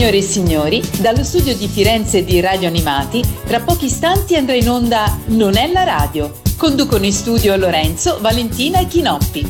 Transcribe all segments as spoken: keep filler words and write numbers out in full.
Signore e signori, dallo studio di Firenze di Radio Animati, tra pochi istanti andrà in onda Non è la radio. Conducono in studio Lorenzo, Valentina e Chinoppi.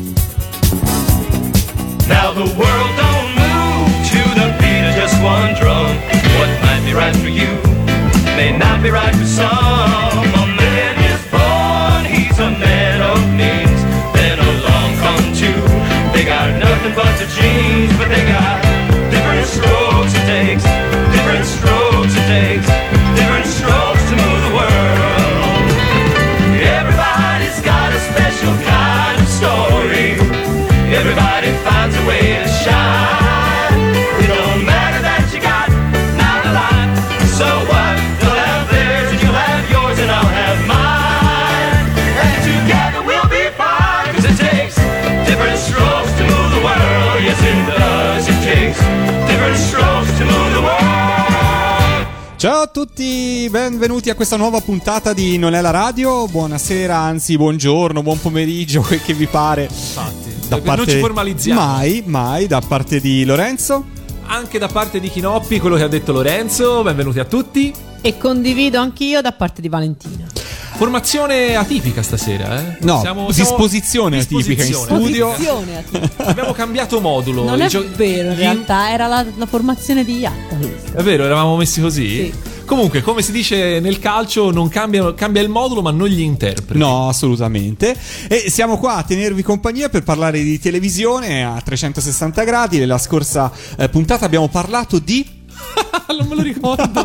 Now the world don't move to the beat of just one drum. What might be right for you may not be right for some. A man is born, he's a man of means. Then along come two, they got nothing but the genes, but they got different strokes it takes, different strokes it takes, different strokes to move the world. Everybody's got a special kind of story. Everybody finds a way to shine. It don't matter that you got not a lot. So what? They'll have theirs and you'll have yours and I'll have mine. And together we'll be fine. Cause it takes different strokes to move the world. Yes it does, it takes different strokes to move the world. Ciao a tutti, benvenuti a questa nuova puntata di Non è la radio. Buonasera, anzi buongiorno, buon pomeriggio, quel che vi pare. Infatti, da parte... non ci formalizziamo. Mai, mai, da parte di Lorenzo. Anche da parte di Chinoppi, quello che ha detto Lorenzo. Benvenuti a tutti. E condivido anch'io da parte di Valentina. Formazione atipica stasera, eh? No, siamo, disposizione siamo... atipica in studio. Disposizione atipica. Abbiamo cambiato modulo. Non è gio... vero, in gli... realtà era la, la formazione di Iatta. È vero, eravamo messi così? Sì. Comunque, come si dice nel calcio, non cambia, cambia il modulo, ma non gli interpreti. No, assolutamente. E siamo qua a tenervi compagnia per parlare di televisione a trecentosessanta gradi. Nella scorsa eh, puntata abbiamo parlato di... non me lo ricordo.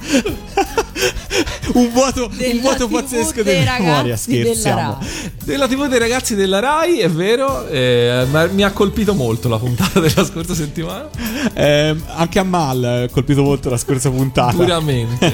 un vuoto, della un vuoto T V pazzesco dei della memoria, scherziamo. Della, della tivù dei ragazzi della Rai, è vero, eh, ma mi ha colpito molto la puntata della scorsa settimana. Eh, anche a Mal ha colpito molto la scorsa puntata. Puramente.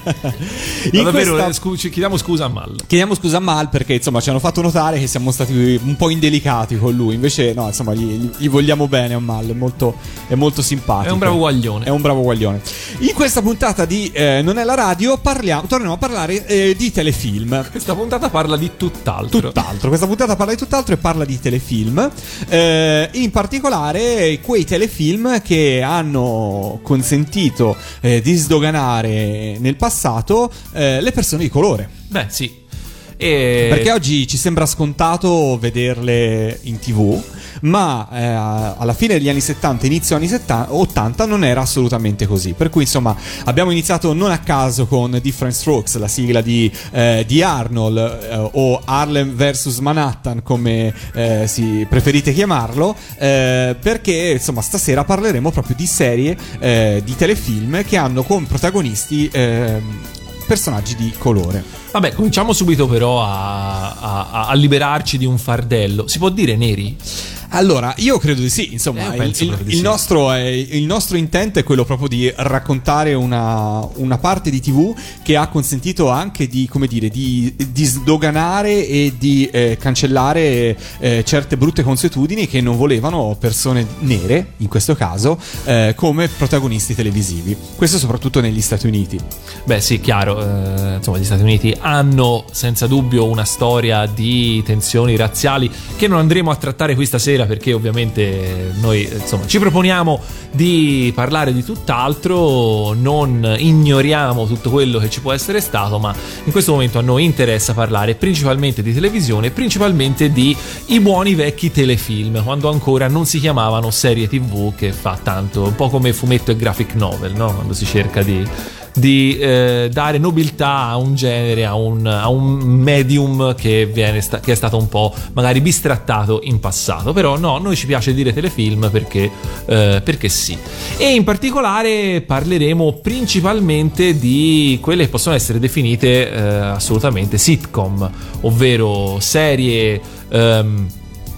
In no, davvero, questa... scu- ci chiediamo scusa a Mal. Chiediamo scusa a Mal perché insomma ci hanno fatto notare che siamo stati un po' indelicati con lui. Invece no, insomma gli, gli vogliamo bene a Mal, è molto, è molto simpatico. È un bravo guaglione. È un bravo guaglione. In questa puntata di eh, Non è la radio parliamo, torniamo a parlare eh, di telefilm. Questa puntata parla di tutt'altro. Tutt'altro. Questa puntata parla di tutt'altro e parla di telefilm. Eh, in particolare quei telefilm che hanno consentito eh, di sdoganare nel passato eh, le persone di colore. Beh, sì. E... Perché oggi ci sembra scontato vederle in tivù, ma eh, alla fine degli anni settanta, inizio anni settanta, ottanta non era assolutamente così. Per cui insomma abbiamo iniziato non a caso con Different Strokes, la sigla di, eh, di Arnold eh, o Harlem versus Manhattan come eh, si preferite chiamarlo, eh, perché insomma stasera parleremo proprio di serie eh, di telefilm che hanno come protagonisti eh, personaggi di colore. Vabbè, cominciamo subito però a, a, a liberarci di un fardello. Si può dire neri? Allora, io credo di sì, insomma, eh, il, il, di il, sì. nostro è, il nostro intento è quello proprio di raccontare una, una parte di tivù che ha consentito anche di, come dire, di, di sdoganare e di eh, cancellare eh, certe brutte consuetudini che non volevano persone nere, in questo caso, eh, come protagonisti televisivi. Questo soprattutto negli Stati Uniti. Beh sì, chiaro, eh, insomma gli Stati Uniti hanno senza dubbio una storia di tensioni razziali che non andremo a trattare qui stasera, perché ovviamente noi insomma ci proponiamo di parlare di tutt'altro, non ignoriamo tutto quello che ci può essere stato, ma in questo momento a noi interessa parlare principalmente di televisione, principalmente di i buoni vecchi telefilm, quando ancora non si chiamavano serie tivù, che fa tanto, un po' come fumetto e graphic novel, no? Quando si cerca di di eh, dare nobiltà a un genere, a un, a un medium che, viene sta- che è stato un po' magari bistrattato in passato. Però no, noi ci piace dire telefilm perché, eh, perché sì. E in particolare parleremo principalmente di quelle che possono essere definite eh, assolutamente sitcom, ovvero serie ehm,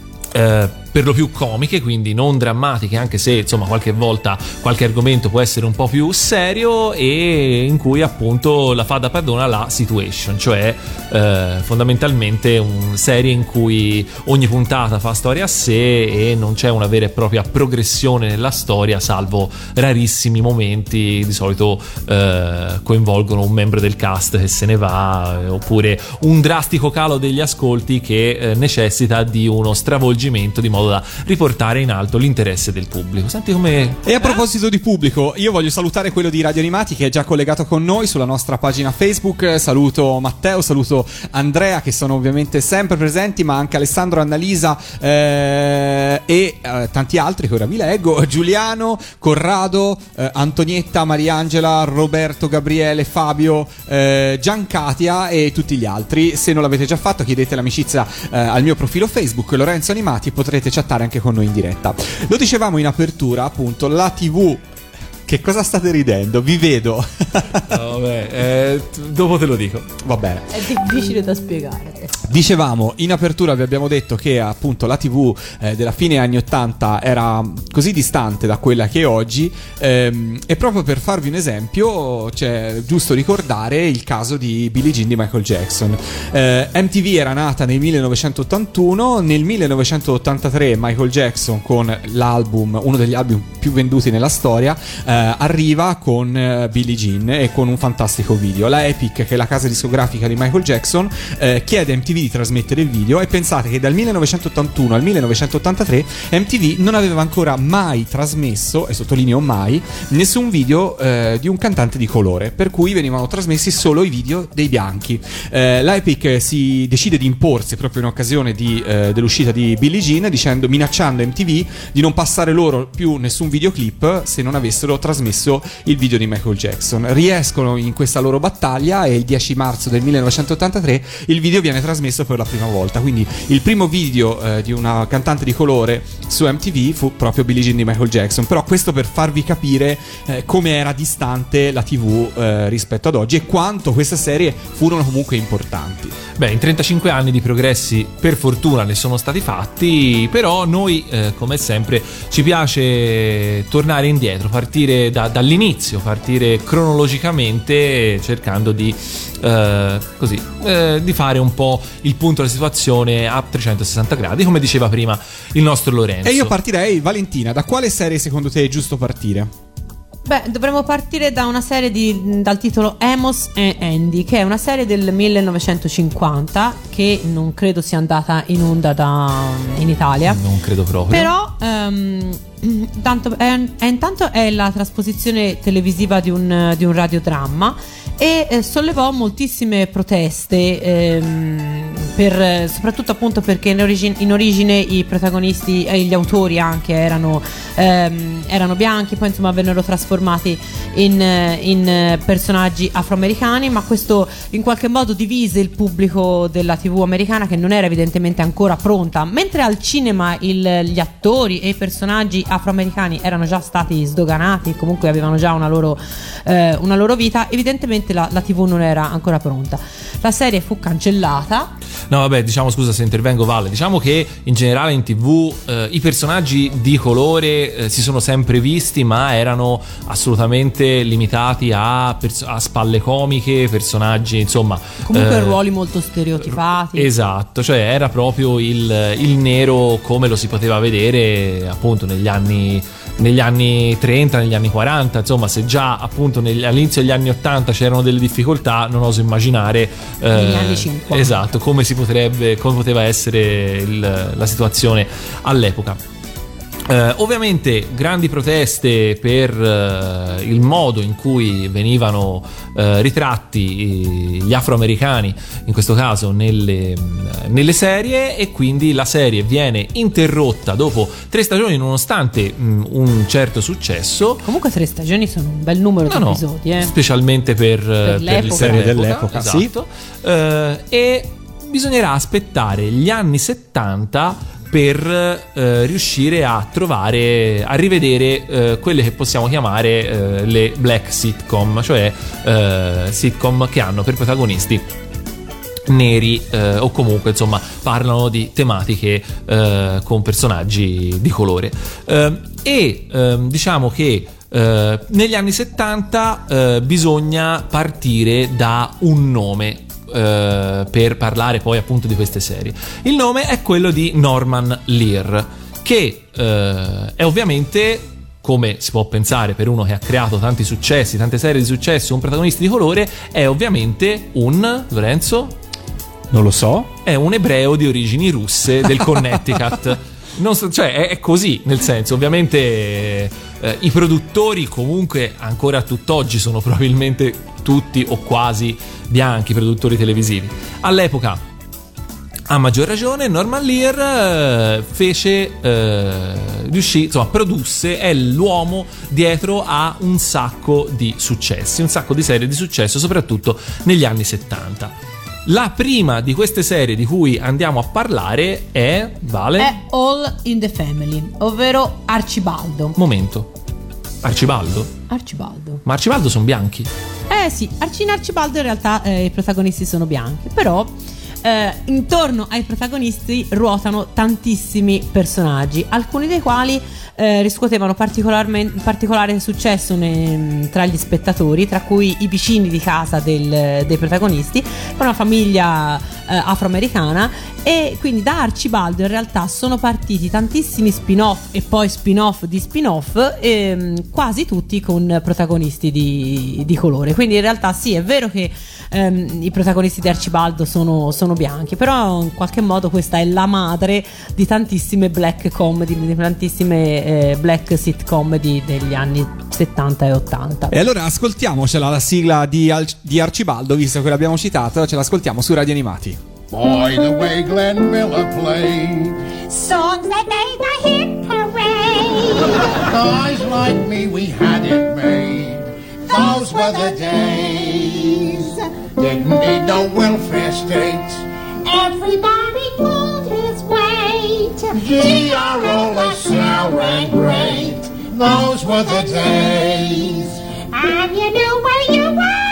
eh, per lo più comiche, quindi non drammatiche, anche se insomma qualche volta qualche argomento può essere un po' più serio, e in cui appunto la fa da padrona la situation, cioè eh, fondamentalmente una serie in cui ogni puntata fa storia a sé e non c'è una vera e propria progressione nella storia, salvo rarissimi momenti, di solito eh, coinvolgono un membro del cast che se ne va, eh, oppure un drastico calo degli ascolti che eh, necessita di uno stravolgimento di modo modo da riportare in alto l'interesse del pubblico. Senti come... E a proposito di pubblico, io voglio salutare quello di Radio Animati che è già collegato con noi sulla nostra pagina Facebook. Saluto Matteo, saluto Andrea, che sono ovviamente sempre presenti, ma anche Alessandro, Annalisa eh, e eh, tanti altri che ora vi leggo: Giuliano, Corrado, eh, Antonietta, Mariangela, Roberto, Gabriele, Fabio, eh, Giancatia e tutti gli altri. Se non l'avete già fatto, chiedete l'amicizia eh, al mio profilo Facebook Lorenzo Animati e potrete chattare anche con noi in diretta. Lo dicevamo in apertura, appunto, la tivù. Che cosa state ridendo? Vi vedo. Vabbè, eh, dopo te lo dico. Va bene. È difficile da spiegare. Dicevamo, in apertura vi abbiamo detto che appunto la tivù eh, della fine anni ottanta era così distante da quella che è oggi, ehm, e proprio per farvi un esempio c'è giusto ricordare il caso di Billie Jean di Michael Jackson. eh, M T V era nata nel millenovecentottantuno, nel millenovecentottantatré Michael Jackson, con l'album, uno degli album più venduti nella storia, eh, arriva con eh, Billie Jean e con un fantastico video. La Epic, che è la casa discografica di Michael Jackson, eh, chiede a M T V di trasmettere il video, e pensate che dal millenovecentottantuno al millenovecentottantatré M T V non aveva ancora mai trasmesso, e sottolineo mai, nessun video eh, di un cantante di colore, per cui venivano trasmessi solo i video dei bianchi. eh, la Epic si decide di imporsi proprio in occasione di, eh, dell'uscita di Billie Jean, dicendo, minacciando M T V di non passare loro più nessun videoclip se non avessero trasmesso il video di Michael Jackson. Riescono in questa loro battaglia e il dieci marzo del millenovecentottantatré il video viene trasmesso per la prima volta. Quindi il primo video eh, di una cantante di colore su M T V fu proprio Billie Jean di Michael Jackson. Però questo per farvi capire eh, come era distante la tivù eh, rispetto ad oggi e quanto queste serie furono comunque importanti. Beh, in trentacinque anni di progressi per fortuna ne sono stati fatti, però noi eh, come sempre ci piace tornare indietro, partire da, dall'inizio, partire cronologicamente, cercando di eh, così eh, di fare un po' il punto della situazione a trecentosessanta gradi, come diceva prima il nostro Lorenzo. E io partirei, Valentina, da quale serie secondo te è giusto partire? Beh, dovremmo partire da una serie di, dal titolo Amos e Andy, che è una serie del millenovecentocinquanta che non credo sia andata in onda da, in Italia. Non credo proprio. Però um, tanto, è, è, intanto è la trasposizione televisiva di un, di un radiodramma e eh, sollevò moltissime proteste, ehm, per, soprattutto appunto perché in origine, in origine i protagonisti e gli autori anche erano, ehm, erano bianchi, poi insomma vennero trasformati in, in personaggi afroamericani, ma questo in qualche modo divise il pubblico della tivù americana, che non era evidentemente ancora pronta. Mentre al cinema il, gli attori e i personaggi afroamericani erano già stati sdoganati, comunque avevano già una loro, eh, una loro vita, evidentemente La, la tivù non era ancora pronta. La serie fu cancellata. No, vabbè, diciamo, scusa se intervengo, Valle, diciamo che in generale in tivù eh, i personaggi di colore eh, si sono sempre visti, ma erano assolutamente limitati a, pers- a spalle comiche, personaggi, insomma, comunque eh, ruoli molto stereotipati. Esatto, cioè era proprio il, il nero come lo si poteva vedere appunto negli anni negli anni trenta, negli anni quaranta, insomma, se già appunto negli, all'inizio degli anni ottanta c'erano delle difficoltà, non oso immaginare eh, negli anni cinquanta. Esatto, come si potrebbe, come poteva essere il, la situazione all'epoca. Eh, ovviamente grandi proteste per eh, il modo in cui venivano eh, ritratti gli afroamericani, in questo caso nelle, nelle serie, e quindi la serie viene interrotta dopo tre stagioni nonostante mh, un certo successo. Comunque tre stagioni sono un bel numero no, di no, episodi, eh. specialmente per, per, l'epoca. le serie dell'epoca, esatto. sì. Eh, e bisognerà aspettare gli anni settanta per eh, riuscire a trovare, a rivedere eh, quelle che possiamo chiamare eh, le black sitcom, cioè eh, sitcom che hanno per protagonisti neri eh, o comunque insomma parlano di tematiche eh, con personaggi di colore. Eh, e eh, diciamo che eh, negli anni settanta eh, bisogna partire da un nome Uh, per parlare poi appunto di queste serie. Il nome è quello di Norman Lear, che uh, è ovviamente, come si può pensare per uno che ha creato tanti successi, tante serie di successo, un protagonista di colore, è ovviamente un Lorenzo? Non lo so. È un ebreo di origini russe del Connecticut. non so, cioè è, è così, nel senso, ovviamente eh, i produttori comunque ancora tutt'oggi sono probabilmente tutti o quasi bianchi, produttori televisivi. All'epoca, a maggior ragione, Norman Lear eh, fece eh, riuscì, insomma, produsse, è l'uomo dietro a un sacco di successi, un sacco di serie di successo, soprattutto negli anni settanta. La prima di queste serie di cui andiamo a parlare è, Vale? È All in the Family, ovvero Arcibaldo. Momento. Arcibaldo? Arcibaldo. Ma Arcibaldo sono bianchi? Eh sì, in Arcibaldo in realtà eh, i protagonisti sono bianchi, però eh, intorno ai protagonisti ruotano tantissimi personaggi, alcuni dei quali eh, riscuotevano particolarmente, particolare successo ne, tra gli spettatori, tra cui i vicini di casa del, dei protagonisti, una famiglia eh, afroamericana, e quindi da Arcibaldo in realtà sono partiti tantissimi spin-off e poi spin-off di spin-off, ehm, quasi tutti con protagonisti di, di colore. Quindi in realtà sì, è vero che ehm, i protagonisti di Arcibaldo sono, sono bianchi, però in qualche modo questa è la madre di tantissime black comedy, di tantissime eh, black sitcom di, degli anni settanta e ottanta. E allora ascoltiamocela la sigla di, Al- di Arcibaldo, visto che l'abbiamo citato, ce l'ascoltiamo su Radio Animati. Boy, the way Glenn Miller played, songs that made the hit parade. guys like me, we had it made. Those were the days. Didn't need no welfare state. Everybody pulled his weight. G R O sour and great. Those were the days. And you knew where you were.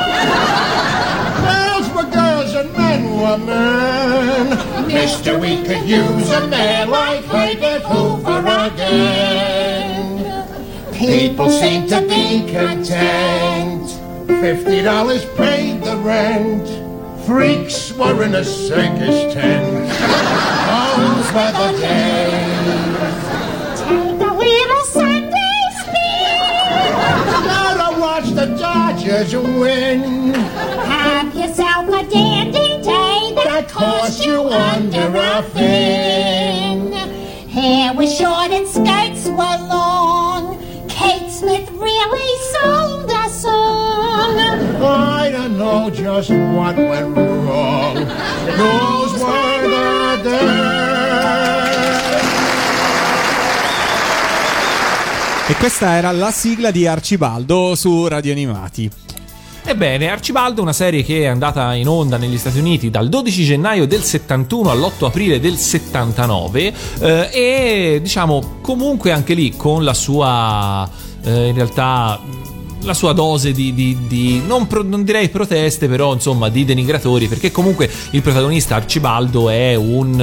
Girls were girls and men were men. Mister, we could use a man like Herbert Hoover again. People seem to be content. Fifty dollars paid the rent. Freaks were in a circus tent. Those were the days. Take a little Sunday spin. Now to watch the Dodgers win. Have yourself a dandy day that cost you under a fin. Hair was short and skirts were long. Kate Smith really sold a song. I don't know just what went wrong. Those were the days. E questa era la sigla di Arcibaldo su Radio Animati. Ebbene, Arcibaldo è una serie che è andata in onda negli Stati Uniti dal dodici gennaio del settantuno all'otto aprile del settantanove eh, e diciamo comunque anche lì con la sua eh, in realtà la sua dose di, di, di non, pro, non direi proteste, però insomma di denigratori, perché comunque il protagonista Arcibaldo è un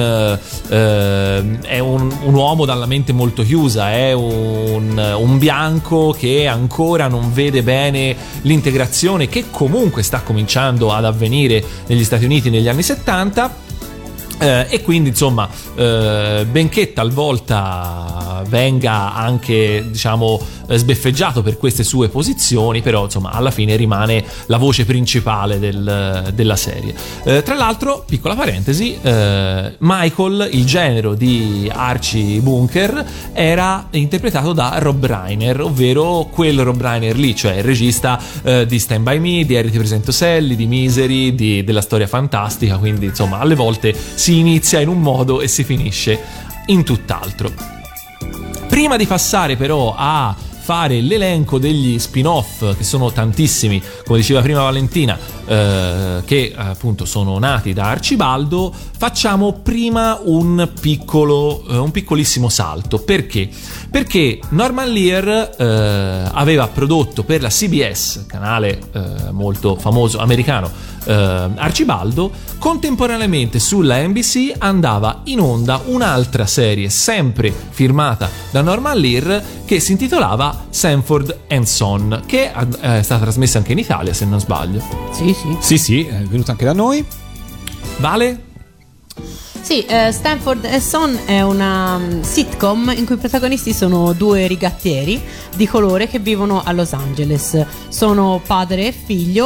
eh, è un, un uomo dalla mente molto chiusa, è un, un bianco che ancora non vede bene l'integrazione che comunque sta cominciando ad avvenire negli Stati Uniti negli anni settanta. Eh, e quindi insomma eh, benché talvolta venga anche diciamo sbeffeggiato per queste sue posizioni, però insomma alla fine rimane la voce principale del, della serie. Eh, tra l'altro, piccola parentesi, eh, Michael, il genero di Archie Bunker, era interpretato da Rob Reiner, ovvero quel Rob Reiner lì, cioè il regista eh, di Stand By Me, di Harry Ti Presento Sally, di Misery, di, della Storia Fantastica. Quindi insomma alle volte si inizia in un modo e si finisce in tutt'altro. Prima di passare però a fare l'elenco degli spin-off, che sono tantissimi, come diceva prima Valentina, eh, che appunto sono nati da Arcibaldo, facciamo prima un piccolo eh, un piccolissimo salto. Perché? Perché Norman Lear eh, aveva prodotto per la C B S, canale eh, molto famoso americano, eh, Arcibaldo. Contemporaneamente sulla N B C andava in onda un'altra serie sempre firmata da Norman Lear che si intitolava Sanford and Son, che è stata trasmessa anche in Italia, se non sbaglio. Sì, sì. Sì, sì, è venuta anche da noi. Vale? Sì, eh, Stanford and Son è una um, sitcom in cui i protagonisti sono due rigattieri di colore che vivono a Los Angeles. Sono padre e figlio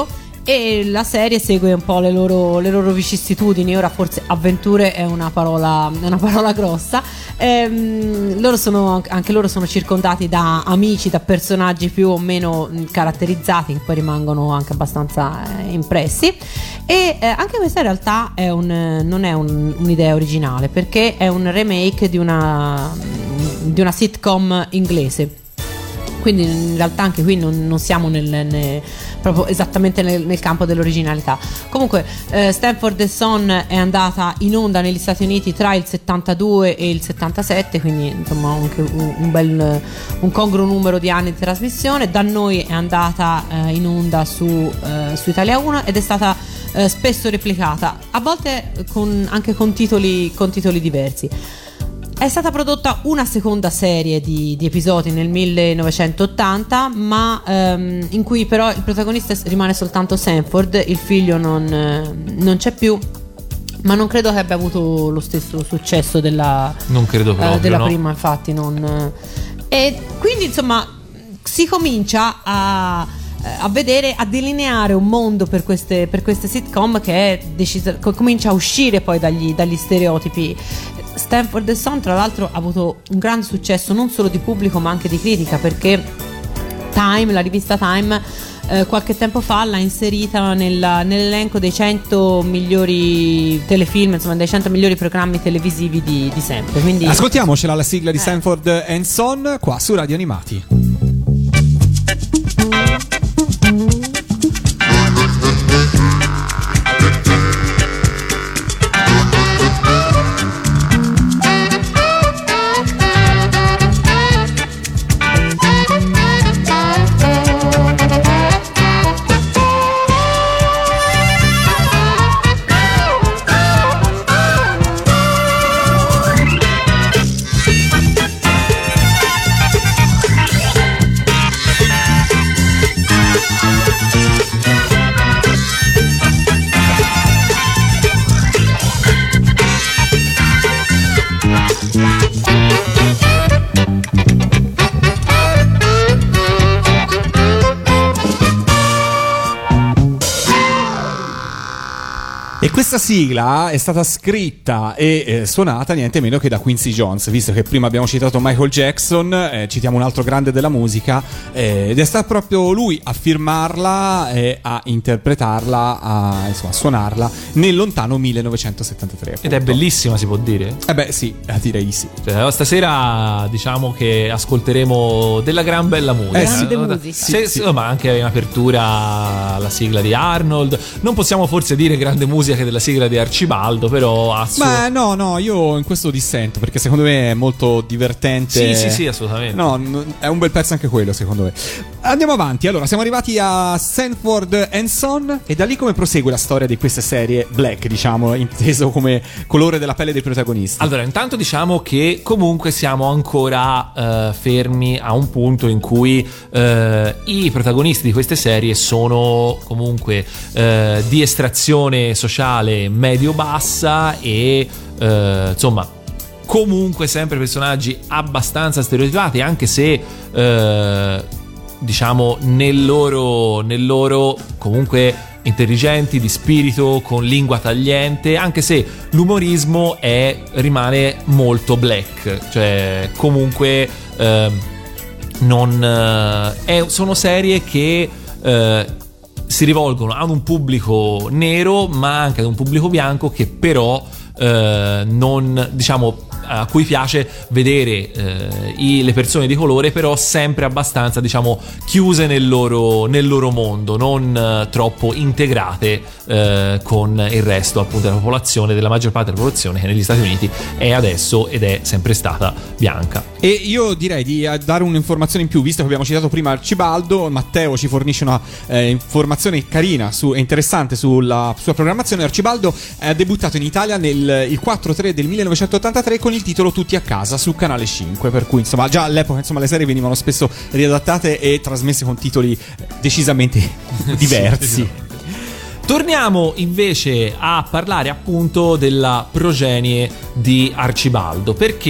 e la serie segue un po' le loro, le loro vicissitudini. Ora forse avventure è una parola, è una parola grossa. Ehm, loro sono, anche loro sono circondati da amici, da personaggi più o meno caratterizzati, che poi rimangono anche abbastanza eh, impressi. E eh, anche questa in realtà è un, non è un, un'idea originale, perché è un remake di una, di una sitcom inglese. Quindi in realtà anche qui non, non siamo nel, nel, proprio esattamente nel, nel campo dell'originalità. Comunque eh, Stanford and Son è andata in onda negli Stati Uniti tra il settantadue e il settantasette, quindi insomma anche un, un bel un congruo numero di anni di trasmissione. Da noi è andata eh, in onda su, eh, su Italia uno ed è stata eh, spesso replicata, a volte con, anche con titoli, con titoli diversi. È stata prodotta una seconda serie di, di episodi nel millenovecentottanta, ma ehm, in cui però il protagonista rimane soltanto Sanford, il figlio non, eh, non c'è più, ma non credo che abbia avuto lo stesso successo della, non credo proprio, eh, della no? prima, infatti non, eh. E quindi insomma si comincia a a vedere, a delineare un mondo per queste, per queste sitcom che è decisa, comincia a uscire poi dagli, dagli stereotipi. Stanford and Son tra l'altro ha avuto un grande successo non solo di pubblico ma anche di critica, perché Time, la rivista Time, eh, qualche tempo fa l'ha inserita nella, nell'elenco dei cento migliori telefilm, insomma dei cento migliori programmi televisivi di, di sempre. Quindi ascoltiamocela la sigla di eh. Stanford and Son qua su Radio Animati. E questa sigla è stata scritta e eh, suonata niente meno che da Quincy Jones, visto che prima abbiamo citato Michael Jackson, eh, citiamo un altro grande della musica, eh, ed è stato proprio lui a firmarla e a interpretarla, a, insomma, a suonarla nel lontano millenovecentosettantatré. Appunto. Ed è bellissima, si può dire? Eh beh sì, direi di sì. Cioè, stasera diciamo che ascolteremo della gran bella musica, eh, sì. Grande musica. Se, sì. Ma anche in apertura alla sigla di Arnold. Non possiamo forse dire grande musica che della sigla di Arcibaldo, però assolutamente. Ma no, no, io in questo dissento, perché secondo me è molto divertente. Sì, sì, sì, assolutamente. No, è un bel pezzo anche quello, secondo me. Andiamo avanti. Allora, siamo arrivati a Sanford and Son, e da lì come prosegue la storia di queste serie black, diciamo, inteso come colore della pelle dei protagonisti. Allora, intanto diciamo che comunque siamo ancora uh, fermi a un punto in cui uh, i protagonisti di queste serie sono comunque uh, di estrazione sociale medio-bassa e uh, insomma comunque sempre personaggi abbastanza stereotipati, anche se uh, diciamo nel loro, nel loro comunque intelligenti, di spirito, con lingua tagliente, anche se l'umorismo è, rimane molto black, cioè comunque uh, non uh, è, sono serie che uh, si rivolgono ad un pubblico nero, ma anche ad un pubblico bianco che però eh, non, diciamo, a cui piace vedere eh, i, le persone di colore, però sempre abbastanza, diciamo, chiuse nel loro, nel loro mondo, non eh, troppo integrate eh, con il resto appunto della popolazione, della maggior parte della popolazione che negli Stati Uniti è adesso ed è sempre stata bianca. E io direi di dare un'informazione in più, visto che abbiamo citato prima Arcibaldo. Matteo ci fornisce una eh, informazione carina su, e interessante sulla sua programmazione. Arcibaldo ha debuttato in Italia nel il quattro tre del millenovecentottantatré con il titolo Tutti a casa su Canale cinque, per cui insomma già all'epoca insomma le serie venivano spesso riadattate e trasmesse con titoli decisamente diversi. Sì, esatto. Torniamo invece a parlare appunto della progenie di Arcibaldo, perché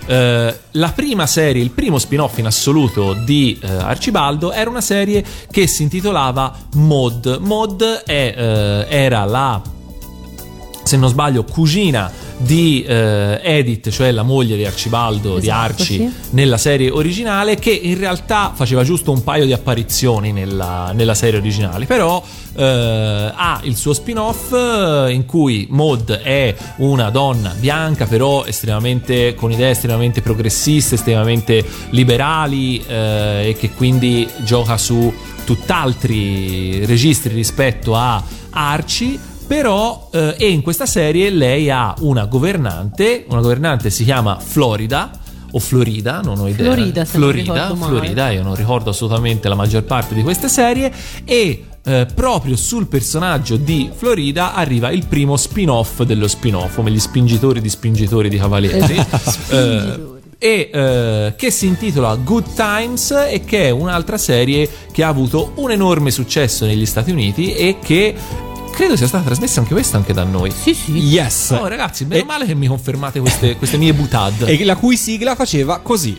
eh, la prima serie, il primo spin-off in assoluto di eh, Arcibaldo era una serie che si intitolava Maud. Maud è, eh, era la, se non sbaglio, cugina di eh, Edith, cioè la moglie di Arcibaldo, esatto, di Arci, sì, nella serie originale, che in realtà faceva giusto un paio di apparizioni nella, nella serie originale, però eh, ha il suo spin-off eh, in cui Maud è una donna bianca però estremamente, con idee estremamente progressiste, estremamente liberali, eh, e che quindi gioca su tutt'altri registri rispetto a Arci. Però eh, e in questa serie lei ha una governante, una governante si chiama Florida o Florida, non ho idea. Florida, se Florida, non ricordo Florida, male. io non ricordo assolutamente la maggior parte di queste serie, e eh, proprio sul personaggio di Florida arriva il primo spin-off dello spin-off, come gli spingitori di spingitori di cavalieri. eh, e eh, che si intitola Good Times, e che è un'altra serie che ha avuto un enorme successo negli Stati Uniti e che credo sia stata trasmessa anche questa anche da noi. Sì, sì. Yes. Oh ragazzi, meno E- male che mi confermate queste, queste mie butad. E la cui sigla faceva così.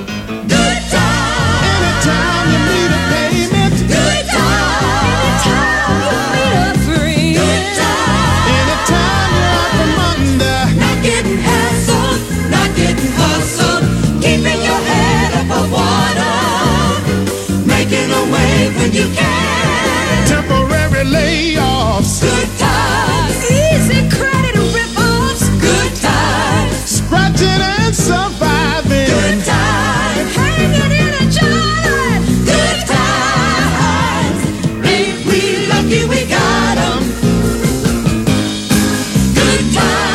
Temporary layoffs. Good times, easy credit rip-offs. Good times, Scratching and surviving. good times, hanging in a jar. Good times, ain't we lucky we got 'em? Good times.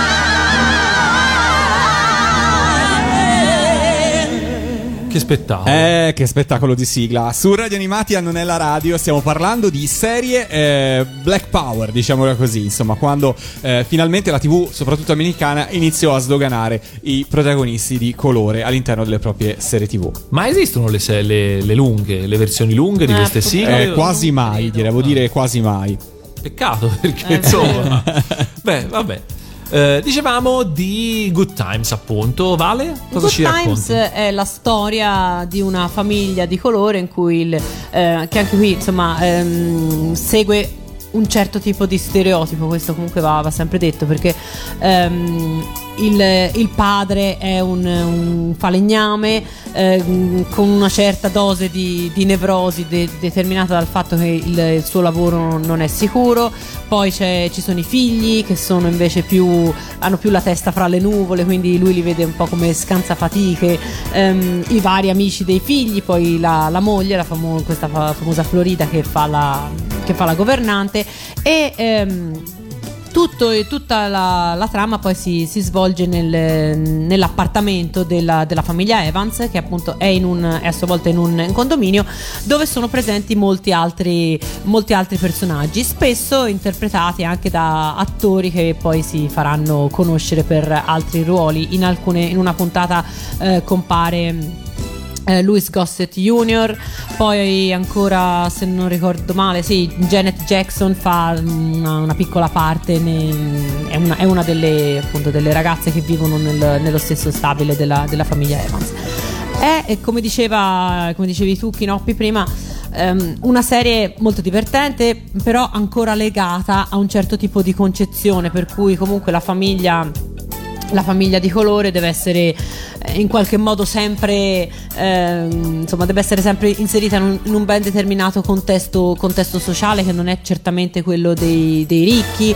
Che spettacolo. Eh, che spettacolo di sigla. Su Radio Animati a Non è la radio stiamo parlando di serie eh, Black Power, diciamola così. Insomma, quando eh, finalmente la tivù, soprattutto americana, iniziò a sdoganare i protagonisti di colore all'interno delle proprie serie tivù. Ma esistono le, se- le, le lunghe, le versioni lunghe di Eh, queste sigle? Eh, quasi mai, devo dire quasi mai. Peccato, perché Eh, insomma. Beh, vabbè. Eh, dicevamo di Good Times, appunto. Vale? Cosa Good ci Times racconti? è la storia di una famiglia di colore in cui il, eh, che anche qui insomma ehm, segue un certo tipo di stereotipo. Questo comunque va, va sempre detto, perché ehm, il, il padre è un, un falegname ehm, con una certa dose di, di nevrosi de- determinata dal fatto che il, il suo lavoro non è sicuro. Poi c'è, ci sono i figli che sono invece più, hanno più la testa fra le nuvole, quindi lui li vede un po' come scansafatiche. Ehm, i vari amici dei figli, poi la, la moglie, la famo- questa fa- famosa Florida che fa la, che fa la governante, e ehm, tutto, e tutta la, la trama poi si, si svolge nel- nell'appartamento della, della famiglia Evans, che appunto è, in un, è a sua volta in un, in condominio dove sono presenti molti altri, molti altri personaggi, spesso interpretati anche da attori che poi si faranno conoscere per altri ruoli. In, alcune, in una puntata eh, compare eh, Louis Gossett junior, poi ancora, se non ricordo male, sì, Janet Jackson fa una, una piccola parte, ne- è, una, è una delle, appunto, delle ragazze che vivono nel- nello stesso stabile della, della famiglia Evans. È, è, come diceva, come dicevi tu, Chinoppi, prima, ehm, una serie molto divertente, però ancora legata a un certo tipo di concezione, per cui comunque la famiglia la famiglia di colore deve essere eh, in qualche modo sempre ehm, insomma deve essere sempre inserita in un, in un ben determinato contesto, contesto sociale, che non è certamente quello dei, dei ricchi.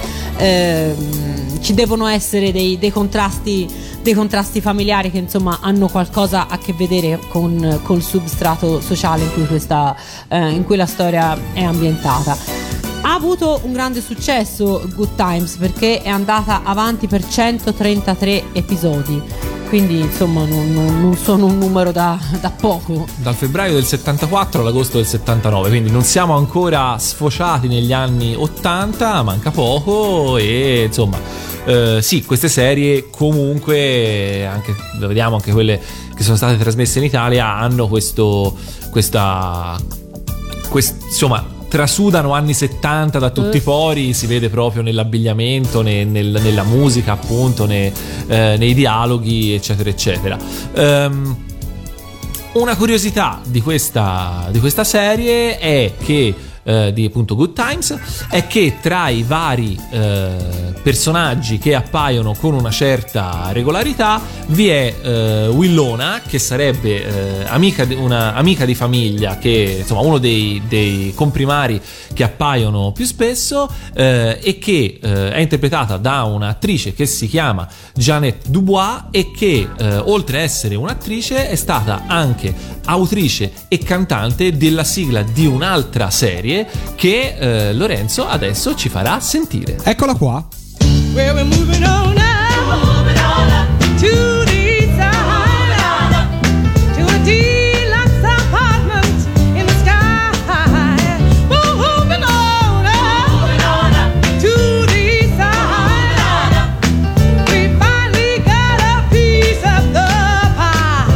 Ehm, ci devono essere dei, dei contrasti dei contrasti familiari che insomma hanno qualcosa a che vedere con col substrato sociale in cui questa eh, in cui la storia è ambientata. Ha avuto un grande successo Good Times, perché è andata avanti per centotrentatré episodi, quindi insomma non, non- non sono un numero da, da poco. Dal febbraio del settantaquattro all'agosto del settantanove, quindi non siamo ancora sfociati negli anni ottanta, manca poco. E insomma eh, sì, queste serie comunque, anche, lo vediamo, anche quelle che sono state trasmesse in Italia, hanno questo questa quest- insomma trasudano anni settanta da tutti i pori, si vede proprio nell'abbigliamento, ne, nel, nella musica appunto, ne, eh, nei dialoghi eccetera eccetera. Um, una curiosità di questa, di questa serie è che Uh, di appunto Good Times è che tra i vari uh, personaggi che appaiono con una certa regolarità vi è uh, Willona, che sarebbe uh, amica di, una amica di famiglia, che insomma uno dei, dei comprimari che appaiono più spesso, uh, e che uh, è interpretata da un'attrice che si chiama Jeanette Dubois e che uh, oltre a essere un'attrice è stata anche autrice e cantante della sigla di un'altra serie che eh, Lorenzo adesso ci farà sentire. Eccola qua. Well, we're moving on now, moving on up to the side, to a deluxe apartment in the sky. We're moving on up, moving on up to the side. We finally got a piece of the pie.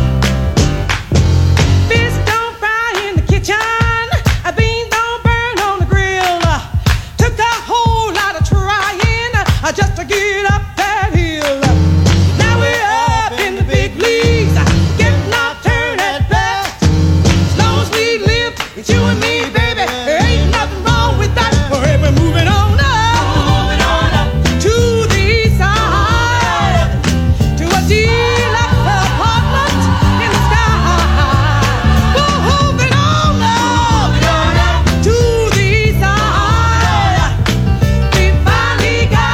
Fish don't fry in the kitchen. Just to get up that hill. Now we're up in the big leagues, getting our turn at bat. As long as we live, it's you and me, baby. There ain't nothing wrong with that. We're moving on up, moving on up to the side, to a deluxe apartment in the sky. We're moving on up, moving on up to the side. We finally got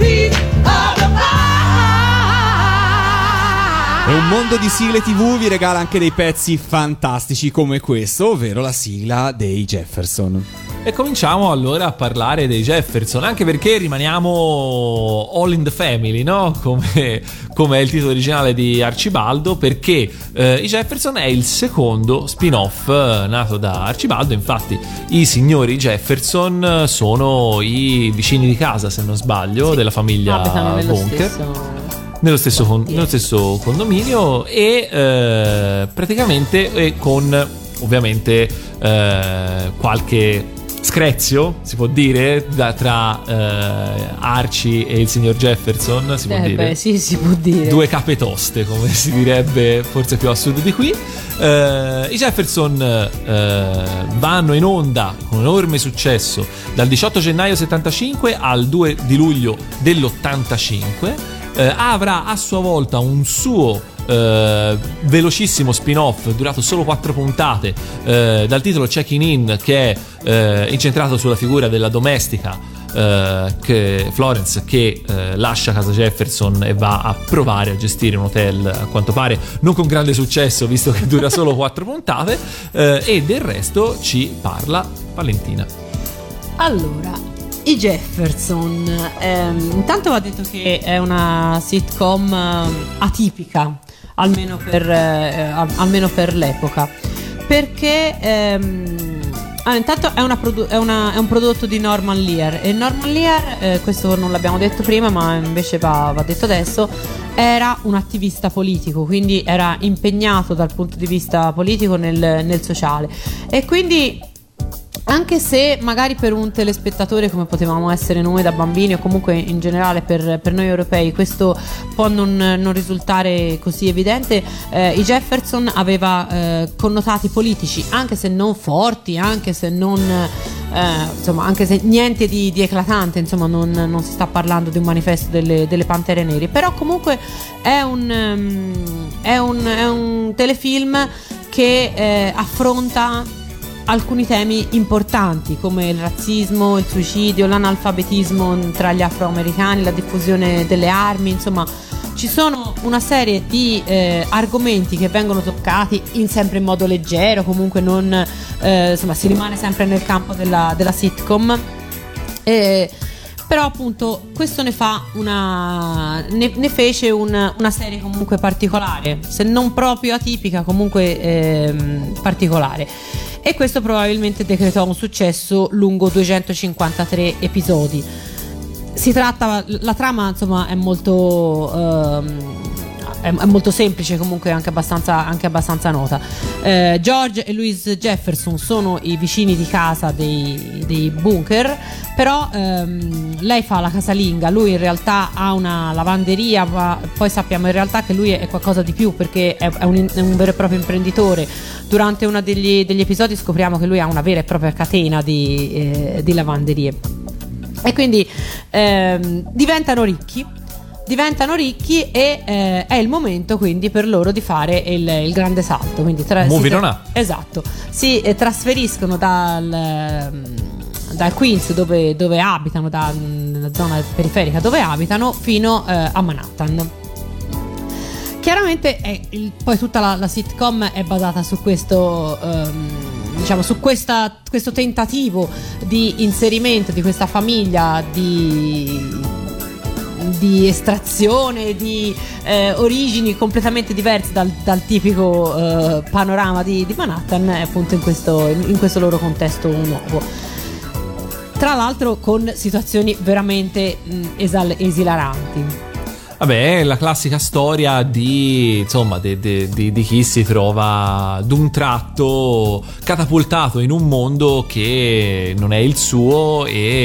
E un mondo di sigle tivù vi regala anche dei pezzi fantastici come questo, ovvero la sigla dei Jefferson. E cominciamo allora a parlare dei Jefferson, anche perché rimaniamo all in the family, no? Come, come è il titolo originale di Arcibaldo, perché eh, i Jefferson è il secondo spin-off eh, nato da Arcibaldo. Infatti i signori Jefferson sono i vicini di casa, se non sbaglio, sì, della famiglia Bunker. Stesso... Nello stesso, con, nello stesso condominio e eh, praticamente eh, con ovviamente eh, qualche screzio, si può dire, da, tra eh, Archie e il signor Jefferson, si può eh dire? Beh, sì, si può dire. Due cape toste, come si direbbe forse più a sud di qui. Eh, I Jefferson eh, vanno in onda con enorme successo dal diciotto gennaio settantacinque al due di luglio dell'ottantacinque. Eh, avrà a sua volta un suo eh, velocissimo spin-off durato solo quattro puntate eh, dal titolo Checking In, che è eh, incentrato sulla figura della domestica eh, che, Florence, che eh, lascia casa Jefferson e va a provare a gestire un hotel, a quanto pare non con grande successo visto che dura solo quattro puntate, eh, e del resto ci parla Valentina. Allora, i Jefferson, ehm, intanto va detto che è una sitcom eh, atipica, almeno per, eh, almeno per l'epoca, perché ehm, ah, intanto è, una produ- è, una, è un prodotto di Norman Lear, e Norman Lear, eh, questo non l'abbiamo detto prima ma invece va, va detto adesso, era un attivista politico, quindi era impegnato dal punto di vista politico nel, nel sociale, e quindi anche se magari per un telespettatore come potevamo essere noi da bambini, o comunque in generale per, per noi europei, questo può non, non risultare così evidente, eh, i Jefferson aveva eh, connotati politici, anche se non forti, anche se non eh, insomma, anche se niente di, di eclatante, insomma non, non si sta parlando di un manifesto delle, delle Pantere Nere, però comunque è un, um, è un, è un telefilm che eh, affronta alcuni temi importanti come il razzismo, il suicidio, l'analfabetismo tra gli afroamericani, la diffusione delle armi, insomma ci sono una serie di eh, argomenti che vengono toccati in sempre in modo leggero, comunque non eh, insomma si rimane sempre nel campo della, della sitcom, eh, però appunto questo ne fa una ne, ne fece un, una serie comunque particolare, se non proprio atipica, comunque eh, particolare. E questo probabilmente decretò un successo lungo duecentocinquantatré episodi. Si tratta, la trama insomma è molto ehm, è, è molto semplice, comunque anche abbastanza, anche abbastanza nota. eh, George e Louise Jefferson sono i vicini di casa dei, dei Bunker, però ehm, lei fa la casalinga, lui in realtà ha una lavanderia, ma poi sappiamo in realtà che lui è qualcosa di più, perché è, è, un, è un vero e proprio imprenditore. Durante uno degli, degli episodi scopriamo che lui ha una vera e propria catena di, eh, di lavanderie, e quindi ehm, diventano ricchi diventano ricchi e eh, è il momento quindi per loro di fare il, il grande salto, quindi tra, Movie si, non ha. esatto, si eh, trasferiscono dal, dal Queens dove, dove abitano, dalla zona periferica dove abitano, fino eh, a Manhattan. Chiaramente è il, poi tutta la, la sitcom è basata su questo ehm, diciamo su questa, questo tentativo di inserimento di questa famiglia di di estrazione, di eh, origini completamente diverse dal, dal tipico eh, panorama di, di Manhattan, appunto in questo, in questo loro contesto nuovo, tra l'altro con situazioni veramente mh, esal- esilaranti. Vabbè, è la classica storia di, insomma, di, di, di, di chi si trova d'un tratto catapultato in un mondo che non è il suo,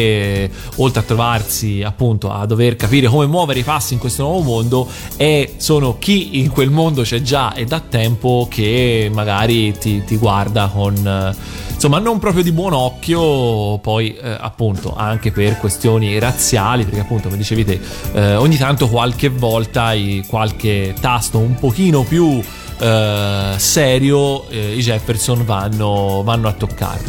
e oltre a trovarsi appunto a dover capire come muovere i passi in questo nuovo mondo, e sono chi in quel mondo c'è già e da tempo che magari ti, ti guarda con, insomma, non proprio di buon occhio, poi eh, appunto anche per questioni razziali, perché appunto come dicevi te eh, ogni tanto qualche volta i, qualche tasto un pochino più eh, serio eh, i Jefferson vanno, vanno a toccarlo.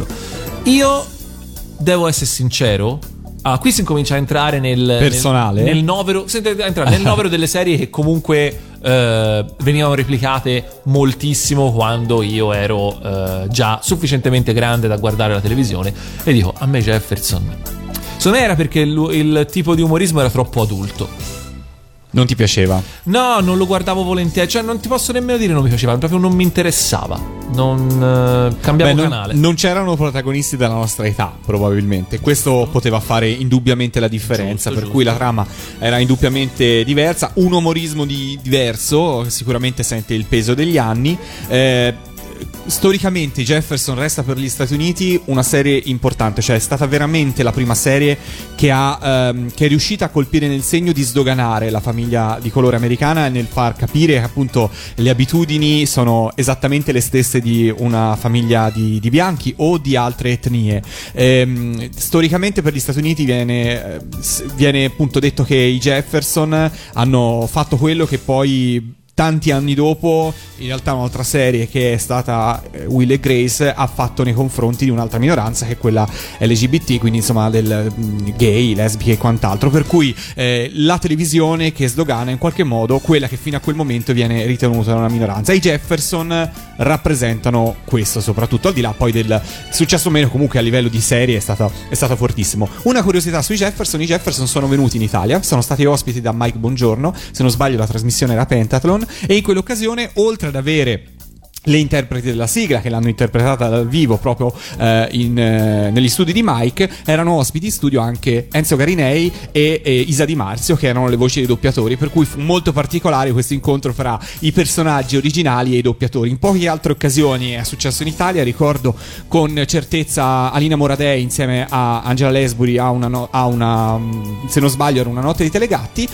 Io devo essere sincero, ah, qui si incomincia a entrare nel personale nel, nel novero si entra nel novero delle serie che comunque eh, venivano replicate moltissimo quando io ero eh, già sufficientemente grande da guardare la televisione, e dico, a me Jefferson secondo me era perché il, il tipo di umorismo era troppo adulto. Non ti piaceva? No, non lo guardavo volentieri, cioè non ti posso nemmeno dire non mi piaceva, proprio non mi interessava, non eh, cambiavo Beh, non, canale. Non c'erano protagonisti della nostra età, probabilmente. Questo giusto. Poteva fare indubbiamente la differenza, giusto, per giusto. Cui la trama era indubbiamente diversa, un umorismo di, diverso, sicuramente sente il peso degli anni. Eh, storicamente Jefferson resta per gli Stati Uniti una serie importante, cioè è stata veramente la prima serie che ha ehm, che è riuscita a colpire nel segno di sdoganare la famiglia di colore americana e nel far capire che appunto le abitudini sono esattamente le stesse di una famiglia di, di bianchi o di altre etnie. Ehm, storicamente per gli Stati Uniti viene, viene appunto detto che i Jefferson hanno fatto quello che poi tanti anni dopo, in realtà un'altra serie che è stata Will e Grace ha fatto nei confronti di un'altra minoranza, che è quella L G B T, quindi insomma del mh, gay, lesbiche e quant'altro, per cui eh, la televisione che sdogana in qualche modo quella che fino a quel momento viene ritenuta una minoranza. I Jefferson rappresentano questo, soprattutto al di là poi del successo o meno, comunque a livello di serie è stato, è stato fortissimo. Una curiosità sui Jefferson: i Jefferson sono venuti in Italia, sono stati ospiti da Mike Bongiorno, se non sbaglio la trasmissione era Pentathlon, e in quell'occasione, oltre ad avere le interpreti della sigla che l'hanno interpretata dal vivo proprio eh, in, eh, negli studi di Mike, erano ospiti in studio anche Enzo Garinei e, e Isa Di Marzio, che erano le voci dei doppiatori, per cui fu molto particolare questo incontro fra i personaggi originali e i doppiatori. In poche altre occasioni è successo in Italia, ricordo con certezza Alina Moradei insieme a Angela Lansbury a una, no- a una se non sbaglio era Una notte di telegatti,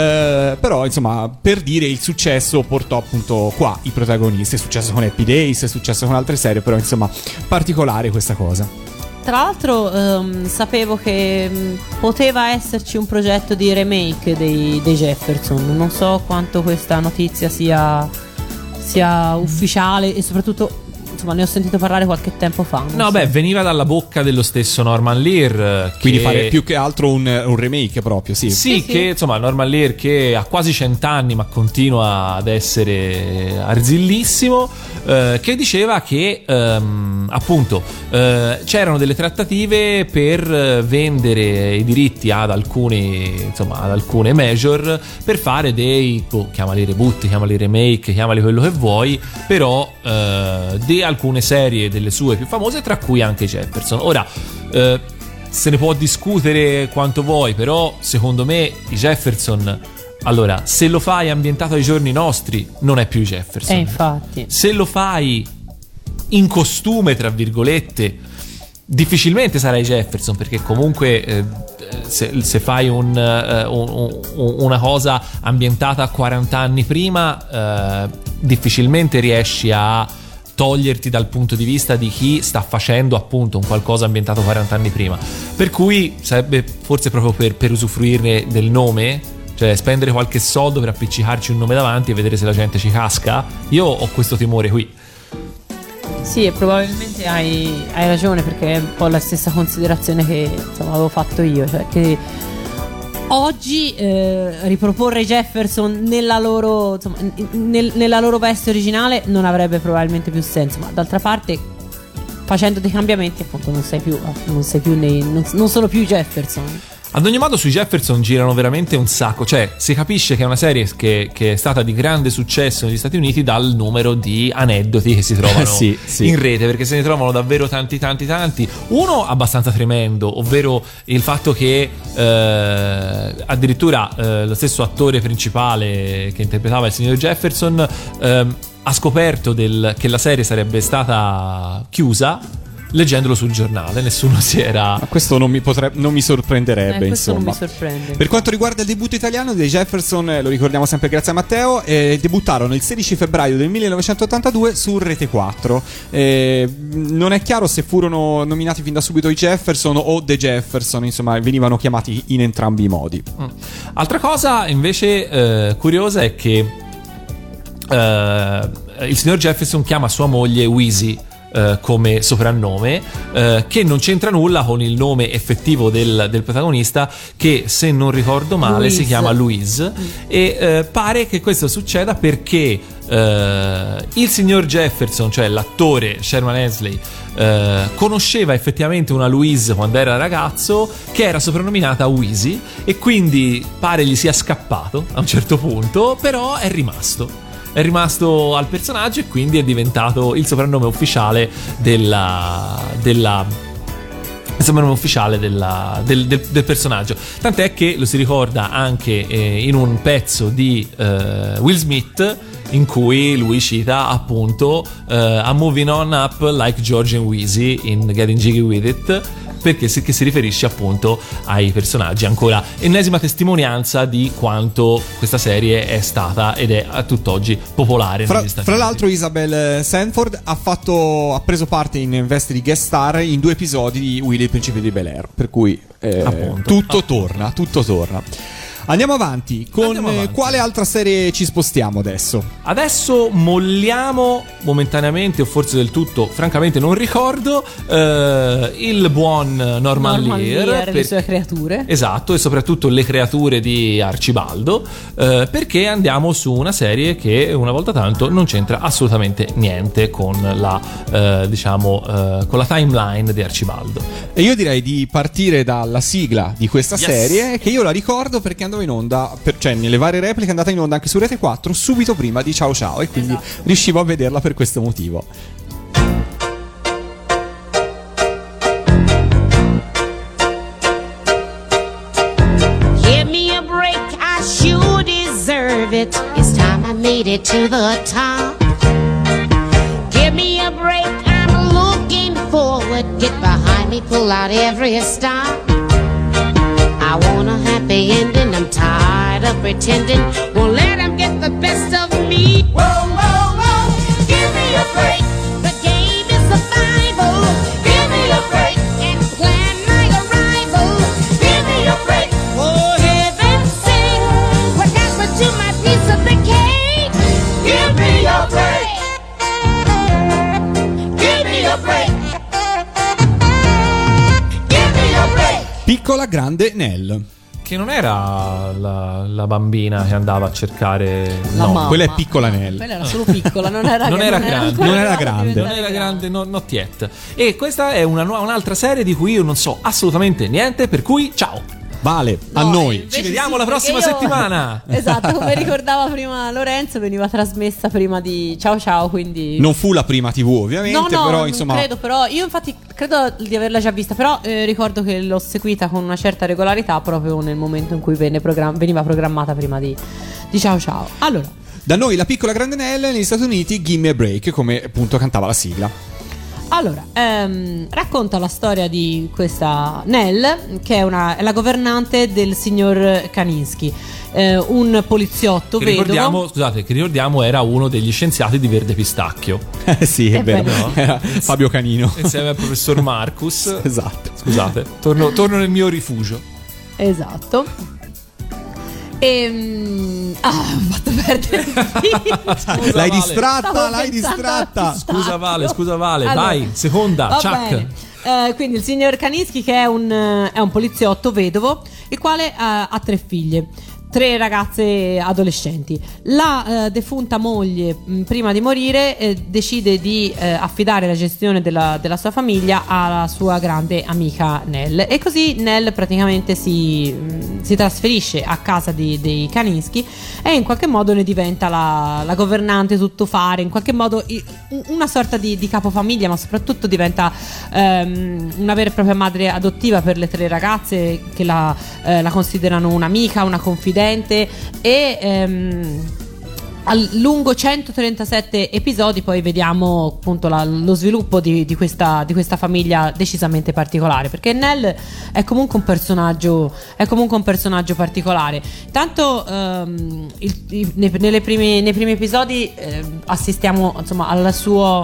eh, però insomma, per dire, il successo portò appunto qua i protagonisti. È successo con Happy Days, è successo con altre serie, però insomma particolare questa cosa. Tra l'altro ehm, sapevo che mh, poteva esserci un progetto di remake dei, dei Jefferson, non so quanto questa notizia sia, sia ufficiale, e soprattutto insomma ne ho sentito parlare qualche tempo fa. No, so. beh, veniva dalla bocca dello stesso Norman Lear, che... quindi fare più che altro un, un remake proprio, sì. Sì, sì, che sì. insomma Norman Lear, che ha quasi cent'anni ma continua ad essere arzillissimo, eh, che diceva che ehm, appunto eh, c'erano delle trattative per vendere i diritti ad alcuni, insomma ad alcune major, per fare dei, boh, chiamali reboot, chiamali remake, chiamali quello che vuoi, però eh, di alcune serie delle sue più famose, tra cui anche Jefferson. Ora eh, se ne può discutere quanto vuoi, però secondo me i Jefferson Allora, se lo fai ambientato ai giorni nostri, non è più Jefferson. Eh, infatti. Se lo fai in costume, tra virgolette, difficilmente sarai Jefferson, perché comunque eh, se, se fai un, uh, un, un, una cosa ambientata quaranta anni prima, uh, difficilmente riesci a toglierti dal punto di vista di chi sta facendo appunto un qualcosa ambientato quaranta anni prima. Per cui sarebbe forse proprio per, per usufruirne del nome, cioè spendere qualche soldo per appiccicarci un nome davanti e vedere se la gente ci casca. Io ho questo timore qui. Sì, e probabilmente hai, hai ragione, perché è un po' la stessa considerazione che insomma avevo fatto io, cioè che oggi eh, riproporre Jefferson nella loro, insomma, nel, nella loro veste originale non avrebbe probabilmente più senso, ma d'altra parte facendo dei cambiamenti appunto non sei più, non sei più nei, non, non sono più Jefferson. Ad ogni modo sui Jefferson girano veramente un sacco, cioè si capisce che è una serie che, che è stata di grande successo negli Stati Uniti dal numero di aneddoti che si trovano sì, sì. in rete, perché se ne trovano davvero tanti tanti tanti. Uno abbastanza tremendo, ovvero il fatto che eh, addirittura eh, lo stesso attore principale che interpretava il signor Jefferson eh, ha scoperto del, che la serie sarebbe stata chiusa leggendolo sul giornale. Nessuno si era... Ma questo non mi, potrebbe, non mi sorprenderebbe, eh, questo insomma. non mi sorprende. Per quanto riguarda il debutto italiano dei Jefferson, eh, lo ricordiamo sempre grazie a Matteo, eh, debuttarono il sedici febbraio del millenovecentottantadue su Rete quattro. Eh, non è chiaro se furono nominati fin da subito i Jefferson o The Jefferson, insomma venivano chiamati in entrambi i modi. Mm. Altra cosa invece eh, curiosa è che eh, il signor Jefferson chiama sua moglie Weezy Uh, come soprannome, uh, che non c'entra nulla con il nome effettivo del, del protagonista, che se non ricordo male Louise. si chiama Louise. mm. E uh, pare che questo succeda perché uh, il signor Jefferson, cioè l'attore Sherman Hemsley, uh, conosceva effettivamente una Louise quando era ragazzo che era soprannominata Weezy, e quindi pare gli sia scappato a un certo punto, però è rimasto è rimasto al personaggio e quindi è diventato il soprannome ufficiale della della il soprannome ufficiale della, del, del, del personaggio. Tant'è che lo si ricorda anche eh, in un pezzo di eh, Will Smith, in cui lui cita appunto uh, I'm moving on up like George and Weezy in Getting Jiggy With It, perché si, che si riferisce appunto ai personaggi. Ancora ennesima testimonianza di quanto questa serie è stata ed è a tutt'oggi popolare Fra, negli Stati fra Uniti. l'altro Isabel Sanford ha fatto ha preso parte in veste di guest star in due episodi di Willy il Principe di Bel-Air, per cui eh, Appunto. tutto Appunto. torna, tutto torna. Andiamo avanti con Andiamo avanti. eh, quale altra serie ci spostiamo adesso? Adesso molliamo momentaneamente, o forse del tutto, francamente non ricordo, eh, il buon Norman, Norman Lear, Lear e per- le sue creature. Esatto, e soprattutto le creature di Arcibaldo, eh, perché andiamo su una serie che una volta tanto non c'entra assolutamente niente con la eh, diciamo eh, con la timeline di Arcibaldo. E io direi di partire dalla sigla di questa Yes. serie, che io la ricordo perché andava in onda, per, cioè nelle varie repliche è andata in onda anche su Rete quattro subito prima di Ciao Ciao, e quindi Esatto. riuscivo a vederla per questo motivo. Give me a break, I sure deserve it. It's time I made it to the top. Give me a break, I'm looking forward. Get behind me, pull out every stop. I want a happy ending, I'm tired of pretending. Won't let them get the best of me. Whoa, whoa, whoa, give me a break. The game is survival. Give me a break and plan my arrival. Give me a break. For heaven's sake, what happened to my piece of the cake? Give me a break. Give me a break. Give me a break. Piccola grande Nell. Che non era la, la bambina che andava a cercare. La no, mamma. Quella è piccola Nell. Quella era solo piccola, non era, Non era grande. Non era grande. non era grande, no, not yet. E questa è una nuova, un'altra serie di cui io non so assolutamente niente, per cui ciao. vale, a No, noi. invece Ci vediamo sì, la prossima perché io- settimana. Esatto, come ricordava prima Lorenzo, veniva trasmessa prima di Ciao Ciao, quindi Non fu la prima tivù, ovviamente, no, no, però non insomma credo, però io infatti credo di averla già vista, però eh, ricordo che l'ho seguita con una certa regolarità proprio nel momento in cui venne program- veniva programmata prima di, di Ciao Ciao. Allora, da noi la piccola grande Nell, negli Stati Uniti Gimme a Break, come appunto cantava la sigla. allora ehm, racconta la storia di questa Nell, che è, una, è la governante del signor Kaninsky, eh, un poliziotto Che vedovo. ricordiamo, scusate, che ricordiamo era uno degli scienziati di Verde Pistacchio, Eh sì, è Eh vero, beh, no? era Fabio Canino. insieme al professor Marcus. Esatto. Scusate, torno, torno nel mio rifugio. Esatto. E ah, ho fatto perdere il filo. Scusa, L'hai Vale. distratta, Stavo l'hai pensando distratta. al Scusa Vale, scusa Vale, Allora, vai, seconda, va Chuck. bene. Eh, quindi il signor Kaninsky, che è un, eh, è un poliziotto vedovo, il quale eh, ha tre figlie, tre ragazze adolescenti. La eh, defunta moglie, mh, prima di morire, eh, decide di eh, affidare la gestione della, della sua famiglia alla sua grande amica Nell, e così Nell praticamente si, mh, si trasferisce a casa di- dei Kaninsky e in qualche modo ne diventa la, la governante tuttofare, in qualche modo i- un- una sorta di, di capofamiglia, ma soprattutto diventa ehm, una vera e propria madre adottiva per le tre ragazze, che la, eh, la considerano un'amica, una confidente, e ehm, al lungo centotrentasette episodi poi vediamo appunto la- lo sviluppo di, di questa, di questa famiglia decisamente particolare, perché Nell è comunque un personaggio è comunque un personaggio particolare. Tanto ehm, il- il- nei, nelle prime- nei primi episodi ehm, assistiamo insomma al suo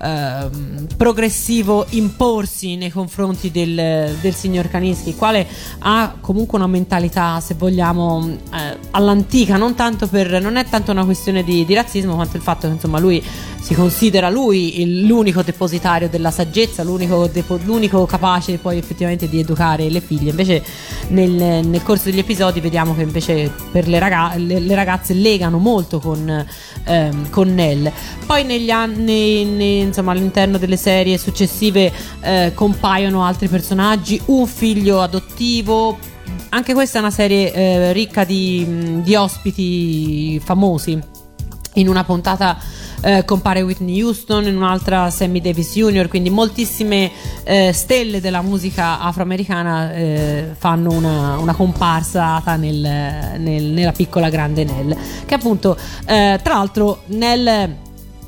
ehm, progressivo imporsi nei confronti del, del signor Kaninsky, il quale ha comunque una mentalità, se vogliamo, eh, all'antica, non tanto per non è tanto una questione di, di razzismo, quanto il fatto che insomma lui si considera lui il- l'unico depositario della saggezza, l'unico, depo- l'unico capace poi effettivamente di educare le figlie. Invece nel, nel corso degli episodi vediamo che invece per le, raga- le- le ragazze legano molto con, ehm, con Nell. Poi negli anni, ne- insomma, all'interno delle serie successive eh, compaiono altri personaggi, un figlio adottivo. Anche questa è una serie eh, ricca di, di ospiti famosi. In una puntata eh, compare Whitney Houston, in un'altra Sammy Davis Junior, quindi moltissime eh, stelle della musica afroamericana eh, fanno una, una comparsata nel, nel- nella piccola grande Nell, che appunto eh, tra l'altro Nell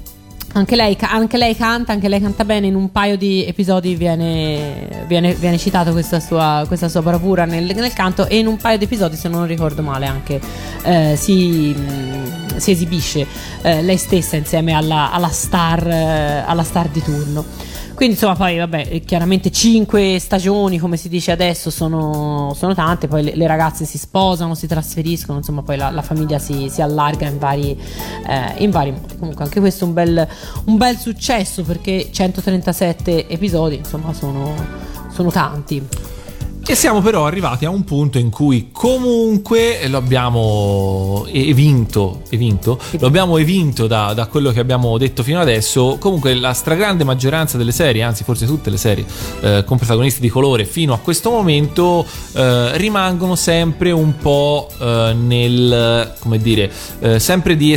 anche lei, ca- anche lei canta, anche lei canta bene. In un paio di episodi viene, viene, viene citato questa sua, questa sua bravura nel, nel canto, e in un paio di episodi, se non ricordo male, anche eh, si, mh, si esibisce eh, lei stessa insieme alla, alla star, eh, alla star di turno. Quindi insomma poi vabbè, eh, chiaramente cinque stagioni, come si dice adesso, sono, sono tante. Poi le, le ragazze si sposano, si trasferiscono, insomma poi la, la famiglia si, si allarga in vari, eh, in vari modi. Comunque anche questo è un bel, un bel successo, perché centotrentasette episodi insomma sono, sono tanti. E siamo però arrivati a un punto in cui comunque lo abbiamo evinto, evinto lo abbiamo evinto da, da quello che abbiamo detto fino adesso. Comunque la stragrande maggioranza delle serie, anzi forse tutte le serie eh, con protagonisti di colore fino a questo momento eh, rimangono sempre un po' eh, nel, come dire, eh, sempre di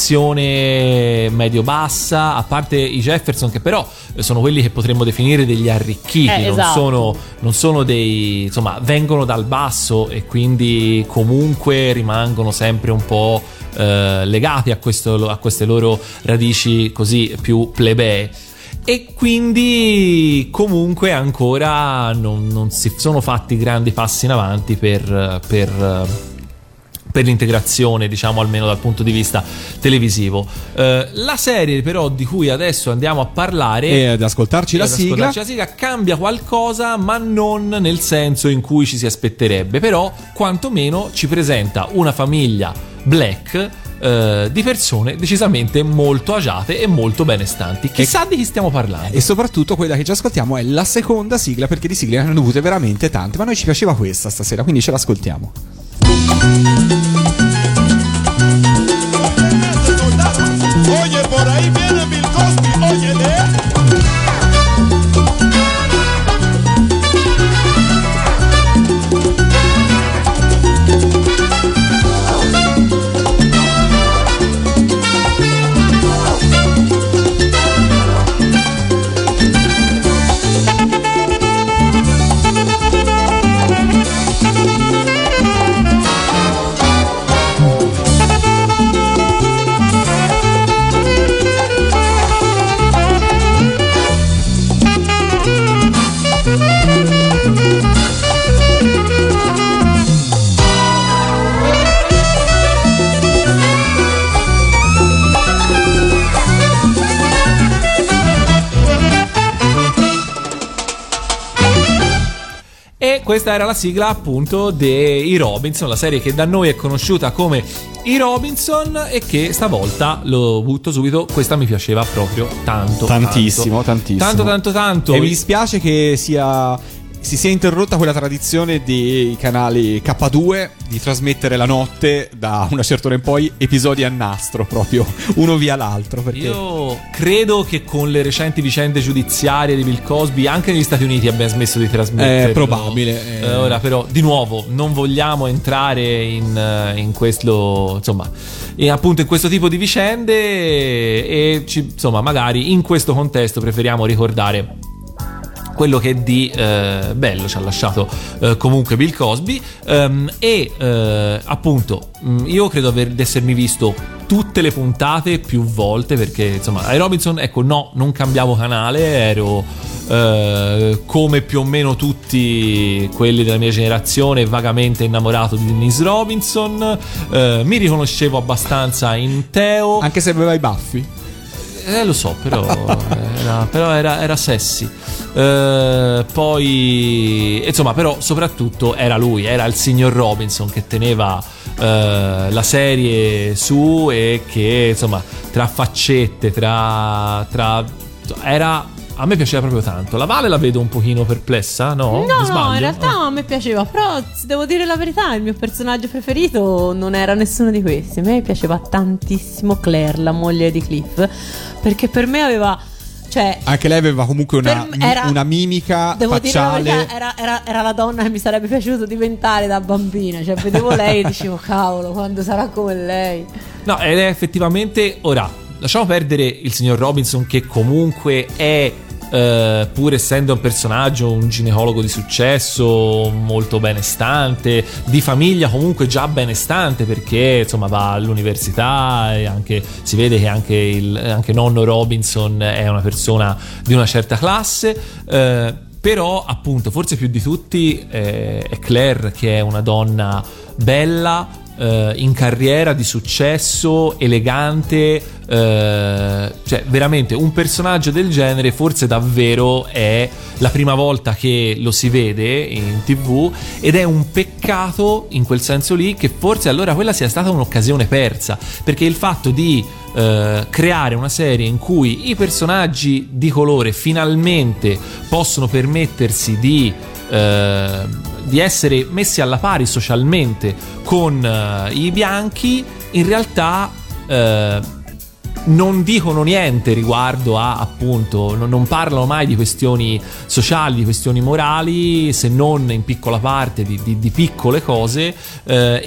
estrazione medio-bassa, a parte i Jefferson, che però sono quelli che potremmo definire degli arricchiti, Eh, non esatto. sono non sono dei, insomma, vengono dal basso e quindi comunque rimangono sempre un po' eh, legati a, questo, a queste loro radici così più plebee. E quindi comunque ancora non, non si sono fatti grandi passi in avanti per, per, per l'integrazione, diciamo, almeno dal punto di vista televisivo. Eh, la serie però di cui adesso andiamo a parlare E ad ascoltarci la ad sigla. ascoltarci la sigla cambia qualcosa, ma non nel senso in cui ci si aspetterebbe. Però quantomeno ci presenta una famiglia black eh, di persone decisamente molto agiate e molto benestanti. Chissà di chi stiamo parlando. E soprattutto quella che ci ascoltiamo è la seconda sigla, perché di sigle ne hanno dovute veramente tante, ma a noi ci piaceva questa stasera, quindi ce l'ascoltiamo. Oye, por ahí viene Bill Cosby, oye, questa era la sigla appunto dei Robinson, la serie che da noi è conosciuta come i Robinson e che stavolta, lo butto subito, questa mi piaceva proprio tanto. Tantissimo, tanto. tantissimo. Tanto, tanto, tanto. E mi dispiace che sia si sia interrotta quella tradizione dei canali K due di trasmettere la notte da una certa ora in poi episodi a nastro, proprio uno via l'altro, perché io credo che con le recenti vicende giudiziarie di Bill Cosby anche negli Stati Uniti abbiamo smesso di trasmettere. È probabile. Eh, ora però di nuovo non vogliamo entrare in, in questo, insomma, in, appunto in questo tipo di vicende e ci, insomma magari in questo contesto preferiamo ricordare quello che di eh, bello ci ha lasciato eh, comunque Bill Cosby, um, e eh, appunto mh, io credo aver, di essermi visto tutte le puntate più volte, perché insomma ai Robinson, ecco, no, non cambiavo canale, ero eh, come più o meno tutti quelli della mia generazione vagamente innamorato di Denise Robinson, eh, mi riconoscevo abbastanza in Theo, anche se aveva i baffi. Eh, lo so, però era, però era, era sexy. Eh, poi, insomma, però soprattutto era lui, era il signor Robinson che teneva eh, la serie su e che, insomma, tra faccette, tra, tra era... A me piaceva proprio tanto. La Vale la vedo un pochino perplessa, no? No, Mi sbaglio? no, in realtà Oh. a me piaceva. Però se devo dire la verità, il mio personaggio preferito non era nessuno di questi. A me piaceva tantissimo Claire, la moglie di Cliff, perché per me aveva, cioè, Anche lei aveva comunque una, Per me era- una mimica devo dire la facciale. verità, era, era, era la donna che mi sarebbe piaciuto diventare da bambina. Cioè, vedevo lei e dicevo, cavolo, quando sarà come lei. No, ed è effettivamente... Ora, lasciamo perdere il signor Robinson, che comunque è... Uh, pur essendo un personaggio, un ginecologo di successo, molto benestante, di famiglia comunque già benestante, perché insomma va all'università e anche si vede che anche, il, anche nonno Robinson è una persona di una certa classe, uh, però appunto forse più di tutti eh, è Claire, che è una donna bella, Uh, in carriera, di successo, elegante, uh, cioè veramente un personaggio del genere forse davvero è la prima volta che lo si vede in tv, ed è un peccato in quel senso lì che forse allora quella sia stata un'occasione persa, perché il fatto di uh, creare una serie in cui i personaggi di colore finalmente possono permettersi di uh, di essere messi alla pari socialmente con uh, i bianchi, in realtà uh, non dicono niente riguardo a, appunto, non, non parlano mai di questioni sociali, di questioni morali, se non in piccola parte di, di, di piccole cose, eh,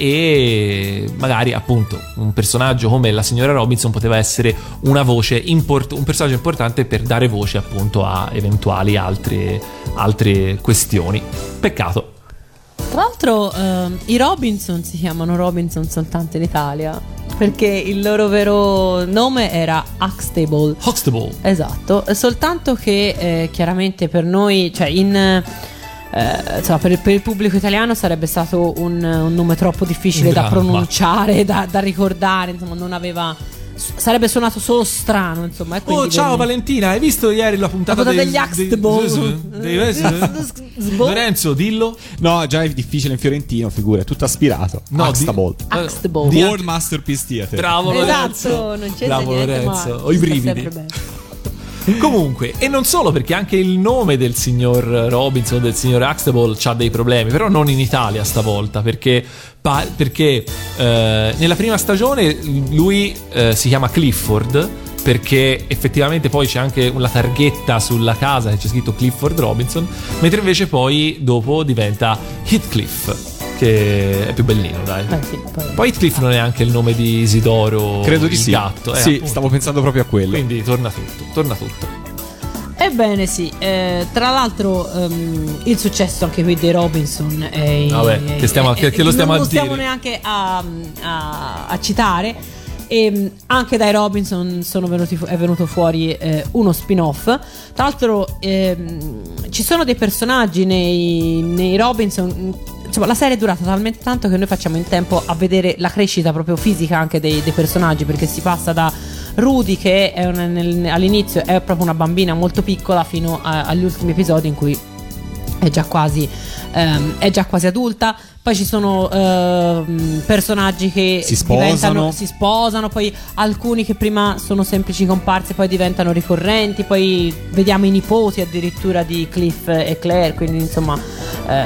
e magari appunto un personaggio come la signora Robinson poteva essere una voce import- un personaggio importante per dare voce appunto a eventuali altre, altre questioni. Peccato. Tra l'altro ehm, i Robinson si chiamano Robinson soltanto in Italia, perché il loro vero nome era Huxtable. Huxtable. Esatto, soltanto che eh, chiaramente per noi, cioè in eh, insomma, per, per il pubblico italiano sarebbe stato un, un nome troppo difficile Un da dramma. pronunciare, da, da ricordare, insomma non aveva, sarebbe suonato solo strano, insomma. E quindi Oh, ciao per- Valentina, hai visto ieri la puntata La puntata dei- degli dei- Huxtable? dei- dei- Lorenzo, dillo. No, già è difficile in fiorentino, figura, è tutto aspirato. No, Huxtable. di- Huxtable. di- World Masterpiece Theater. Bravo Lorenzo. Esatto, non c'è Bravo niente, Lorenzo, ma ho i sta brividi. sempre bene. Comunque, e non solo, perché anche il nome del signor Robinson, del signor Huxtable, c'ha dei problemi, però non in Italia stavolta, perché, pa- perché eh, nella prima stagione lui eh, si chiama Clifford, perché effettivamente poi c'è anche la targhetta sulla casa che c'è scritto Clifford Robinson, mentre invece poi dopo diventa Heathcliff, che è più bellino, dai. Eh sì, poi- Poi Heathcliff non è anche il nome di Isidoro, Credo di il sì. gatto, eh, sì, appunto. stavo pensando proprio a quello. Quindi torna tutto, torna tutto. Ebbene sì, eh, tra l'altro ehm, il successo anche qui dei Robinson è, Vabbè, che stiamo- è- che- che lo stiamo non a lo stiamo dire. neanche a, a- a citare. E mh, anche dai Robinson sono venuti fu- è venuto fuori eh, uno spin-off. Tra l'altro ehm, ci sono dei personaggi nei, nei Robinson. Insomma, la serie è durata talmente tanto che noi facciamo in tempo a vedere la crescita proprio fisica anche dei, dei personaggi, perché si passa da Rudy, che è un- nel- all'inizio è proprio una bambina molto piccola, fino a- agli ultimi episodi in cui è già quasi ehm, è già quasi adulta. Poi ci sono ehm, personaggi che Si sposano. diventano, si sposano, poi alcuni che prima sono semplici comparse poi diventano ricorrenti, poi vediamo i nipoti addirittura di Cliff e Claire, quindi insomma eh,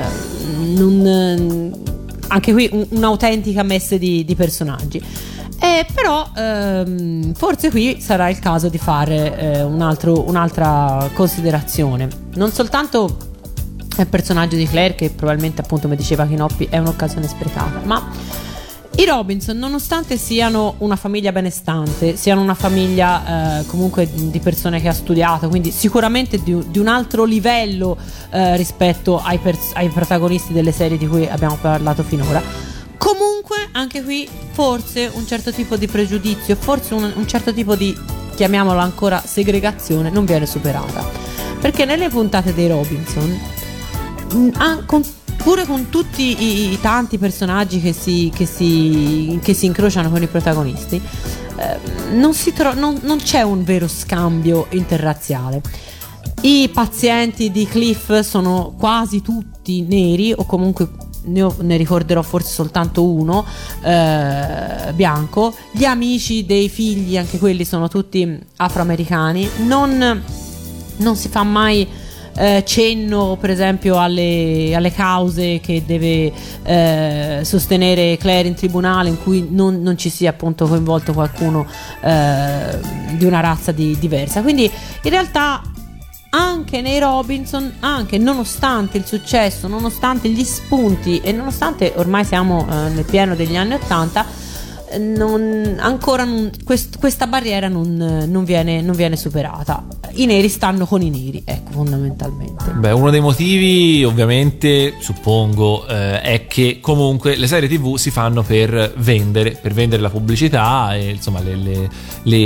non, anche qui un, un'autentica messe di, di personaggi. Eh, però ehm, forse qui sarà il caso di fare eh, un altro, un'altra considerazione. Non soltanto il personaggio di Claire, che probabilmente, appunto, come diceva Chinoppi, è un'occasione sprecata, ma i Robinson, nonostante siano una famiglia benestante, siano una famiglia eh, comunque di persone che ha studiato, quindi sicuramente di, di un altro livello eh, rispetto ai, pers- ai protagonisti delle serie di cui abbiamo parlato finora, comunque anche qui forse un certo tipo di pregiudizio, forse un, un certo tipo di, chiamiamola ancora, segregazione non viene superata, perché nelle puntate dei Robinson, Ah, con, pure con tutti i, i tanti personaggi che si, che, si, che si incrociano con i protagonisti, eh, non, si tro- non, non c'è un vero scambio interrazziale. I pazienti di Cliff sono quasi tutti neri, o comunque ne, ho, ne ricorderò forse soltanto uno eh, bianco. Gli amici dei figli, anche quelli sono tutti afroamericani. Non, non si fa mai Eh, cenno per esempio alle, alle cause che deve eh, sostenere Claire in tribunale, in cui non, non ci sia appunto coinvolto qualcuno eh, di una razza di, diversa. Quindi in realtà anche nei Robinson, anche nonostante il successo, nonostante gli spunti e nonostante ormai siamo eh, nel pieno degli anni ottanta, non, ancora non, quest, questa barriera non, non, viene, non viene superata. I neri stanno con i neri, ecco, fondamentalmente. Beh, uno dei motivi ovviamente, suppongo, eh, è che comunque le serie tv si fanno per vendere, per vendere la pubblicità, e insomma le, le, le,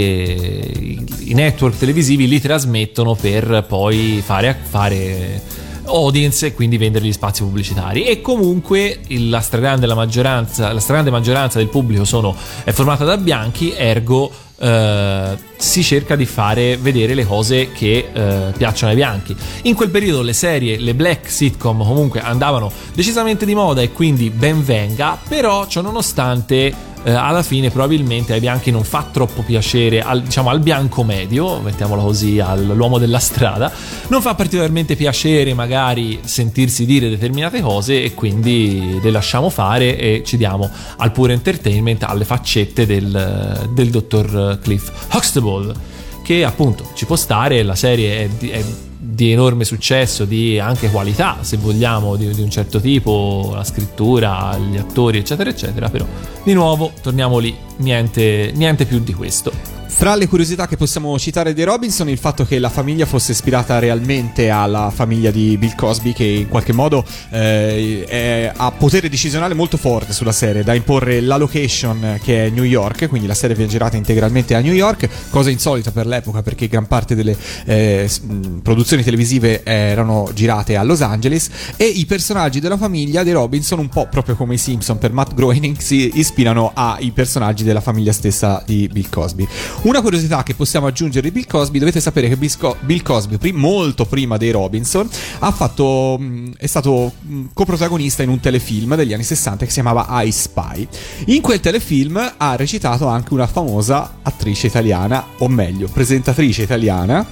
i network televisivi li trasmettono per poi fare, fare audience e quindi vendere gli spazi pubblicitari. E comunque la stragrande la maggioranza la stragrande maggioranza del pubblico sono è formata da bianchi, ergo Uh, si cerca di fare vedere le cose che uh, piacciono ai bianchi. In quel periodo le serie, le black sitcom comunque andavano decisamente di moda, e quindi ben venga, però ciò nonostante uh, alla fine probabilmente ai bianchi non fa troppo piacere, al, diciamo al bianco medio, mettiamola così, all'uomo della strada, non fa particolarmente piacere magari sentirsi dire determinate cose, e quindi le lasciamo fare e ci diamo al puro entertainment, alle faccette del, del dottor Cliff Huxtable, che appunto ci può stare. La serie è di, è di enorme successo, di anche qualità, se vogliamo, di, di un certo tipo, la scrittura, gli attori, eccetera eccetera, però di nuovo torniamo lì, niente, niente più di questo. Fra le curiosità che possiamo citare dei Robinson, il fatto che la famiglia fosse ispirata realmente alla famiglia di Bill Cosby, che in qualche modo eh, è, ha potere decisionale molto forte sulla serie, da imporre la location, che è New York, quindi la serie viene girata integralmente a New York, cosa insolita per l'epoca perché gran parte delle eh, produzioni televisive erano girate a Los Angeles, e i personaggi della famiglia dei Robinson, un po' proprio come i Simpson per Matt Groening, si ispirano ai personaggi della famiglia stessa di Bill Cosby. Una curiosità che possiamo aggiungere di Bill Cosby: dovete sapere che Bill Cosby, molto prima dei Robinson, ha fatto è stato coprotagonista in un telefilm degli anni sessanta che si chiamava I Spy. In quel telefilm ha recitato anche una famosa attrice italiana, o meglio presentatrice italiana,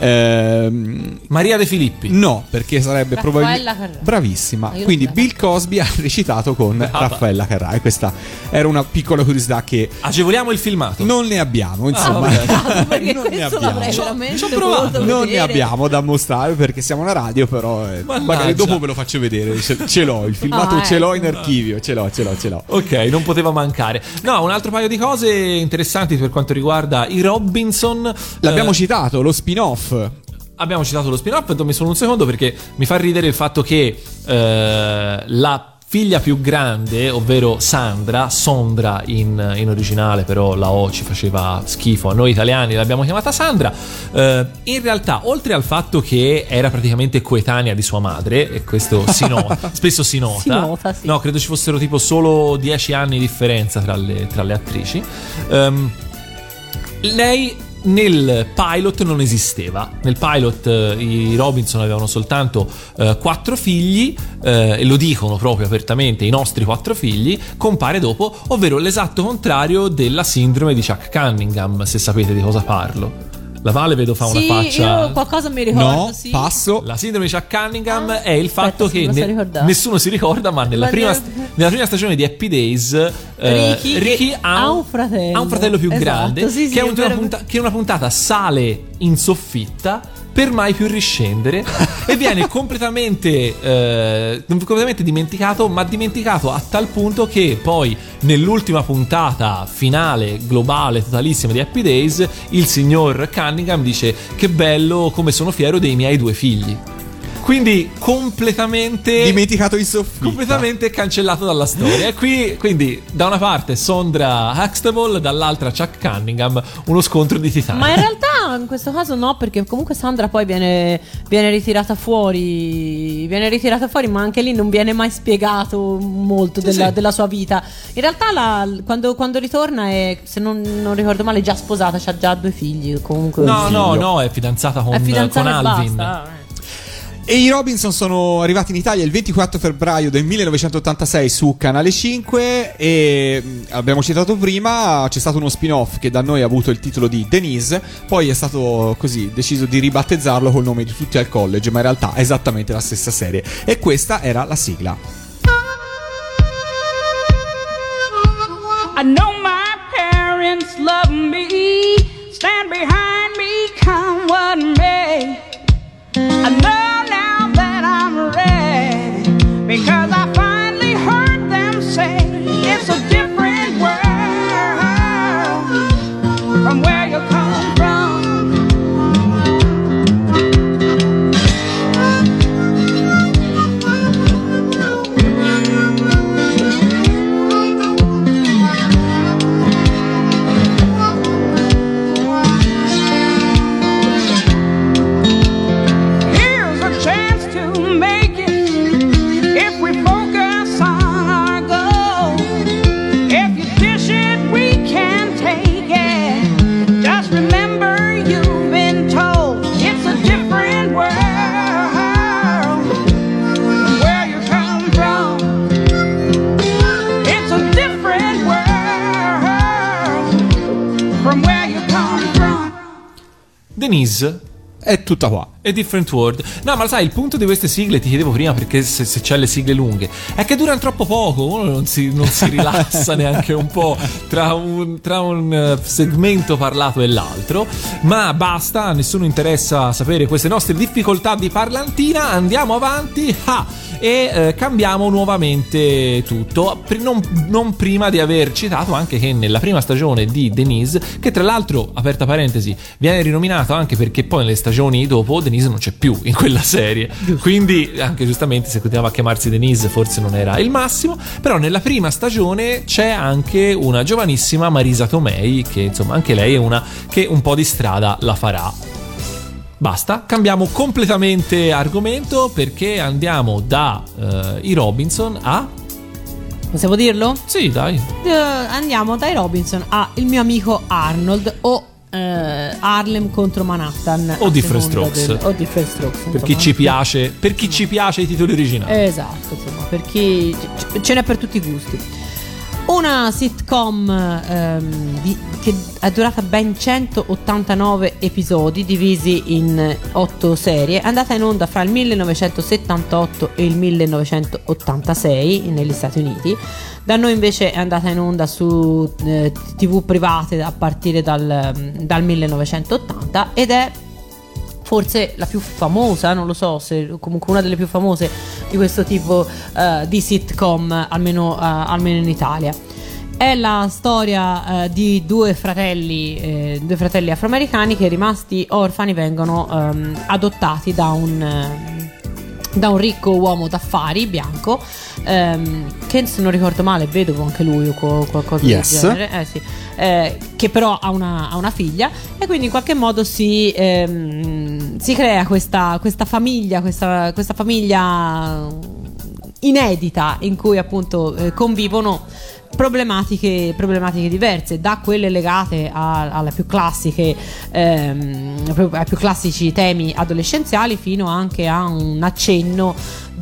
ehm, Maria De Filippi. No, perché sarebbe probabilmente Carrà. Bravissima. Aiuto. Quindi Bill Cosby ha recitato con Brava. Raffaella Carrà, e questa era una piccola curiosità che Agevoliamo il filmato. non ne abbiamo, insomma. Ah, vabbè. Perché non ne questo abbiamo. l'avrei Ci ho- veramente ci ho provato. voluto Non ne vedere. abbiamo da mostrare perché siamo una radio, però eh, Mannaggia. magari dopo ve lo faccio vedere. Ce, ce l'ho, il filmato Ah, ce l'ho ecco. in archivio, ce l'ho, ce l'ho, ce l'ho. Ok, non poteva mancare. No, un altro paio di cose interessanti per quanto riguarda i Robinson. L'abbiamo Eh, citato, lo spin-off. Abbiamo citato lo spin-off, ho messo un secondo perché mi fa ridere il fatto che eh, la figlia più grande, ovvero Sandra, Sondra in, in originale, però la O ci faceva schifo, a noi italiani l'abbiamo chiamata Sandra, eh, in realtà oltre al fatto che era praticamente coetanea di sua madre, e questo si nota, spesso si nota, Si nota, sì. no, credo ci fossero tipo solo dieci anni di differenza tra le, tra le attrici, ehm, lei nel pilot non esisteva. Nel pilot eh, i Robinson avevano soltanto eh, quattro figli, eh, e lo dicono proprio apertamente, i nostri quattro figli. Compare dopo, ovvero l'esatto contrario della sindrome di Chuck Cunningham, se sapete di cosa parlo. La Vale vedo fa sì, una faccia. Io qualcosa mi ricordo. No, sì. passo. La sindrome di Chuck Cunningham Ah, è il aspetta, fatto sì, che me lo so ne- ricordare. nessuno si ricorda, ma nella, Ma prima, ne- nella prima stagione di Happy Days eh, Ricky Ricky ha, ha un fratello. ha un fratello più Esatto, grande sì, sì, che, è è una vero. punta- che in una puntata sale in soffitta per mai più riscendere e viene completamente eh, completamente dimenticato, ma dimenticato a tal punto che poi nell'ultima puntata finale globale totalissima di Happy Days il signor Cunningham dice: che bello, come sono fiero dei miei due figli. Quindi completamente Dimenticato in soffitta. completamente cancellato dalla storia. E qui, quindi, da una parte Sondra Huxtable, dall'altra Chuck Cunningham, uno scontro di titani. Ma in realtà in questo caso no, perché comunque Sandra poi viene, viene ritirata fuori. Viene ritirata fuori, ma anche lì non viene mai spiegato molto Sì, della, sì. della sua vita. In realtà la- quando, quando ritorna è, se non, non ricordo male, già sposata, c'ha già due figli. Comunque No, un no, figlio. no, è fidanzata con, È fidanzata con e Alvin. basta. eh. E i Robinson sono arrivati in Italia il ventiquattro febbraio del millenovecentottantasei su Canale cinque e mh, abbiamo citato prima, c'è stato uno spin-off che da noi ha avuto il titolo di Denise, poi è stato così deciso di ribattezzarlo col nome di Tutti al College, ma in realtà è esattamente la stessa serie. E questa era la sigla. I know my parents love me, stand behind me, come what may. I know now that I'm ready, because I finally heard them say it's a different world from where you come from. Here's a chance to make it if we focus on our goal. If you dish it, we can take it. Just remember you've been told it's a different world from where you come from. It's a different world from where you come from. Denise È tutta qua. e Different World. No, ma sai, il punto di queste sigle, ti chiedevo prima perché se, se c'è le sigle lunghe, è che durano troppo poco. Uno non si, non si rilassa neanche un po' tra un, tra un eh, segmento parlato e l'altro. Ma basta, a nessuno interessa sapere queste nostre difficoltà di parlantina. Andiamo avanti. Ah, e eh, cambiamo nuovamente tutto. Pri- non, non prima di aver citato anche che nella prima stagione di Denise, che tra l'altro, aperta parentesi, viene rinominato anche perché poi nelle stagioni dopo Denise non c'è più in quella serie. Quindi anche giustamente se continuava a chiamarsi Denise forse non era il massimo. Però nella prima stagione c'è anche una giovanissima Marisa Tomei, che insomma anche lei è una che un po' di strada la farà. Basta, cambiamo completamente argomento perché andiamo da eh, i Robinson a... Possiamo dirlo? Sì, dai. Eh, andiamo dai Robinson a Il mio amico Arnold o eh, Harlem contro Manhattan O a Different seconda Strokes. del- o Different Strokes Per insomma. chi ci piace, per chi ci piace i titoli originali. Esatto, insomma, per chi c- ce n'è per tutti i gusti. Una sitcom ehm, di- che è durata ben centottantanove episodi divisi in otto serie, è andata in onda fra il millenovecentosettantotto e il millenovecentottantasei negli Stati Uniti. Da noi invece è andata in onda su eh, tivù private a partire dal, dal millenovecentottanta ed è forse la più famosa, non lo so, se comunque una delle più famose di questo tipo eh, di sitcom, almeno, eh, almeno in Italia. È la storia eh, di due fratelli, eh, due fratelli afroamericani che, rimasti orfani, vengono ehm, adottati da un, eh, da un ricco uomo d'affari bianco, ehm, che se non ricordo male è vedovo anche lui o co- qualcosa Yes. del genere, eh, sì. Eh, che però ha una, ha una figlia, e quindi in qualche modo si, ehm, si crea questa, questa famiglia, questa, questa famiglia inedita in cui appunto eh, convivono problematiche, problematiche diverse, da quelle legate a, alle più classiche ehm, ai più classici temi adolescenziali, fino anche a un accenno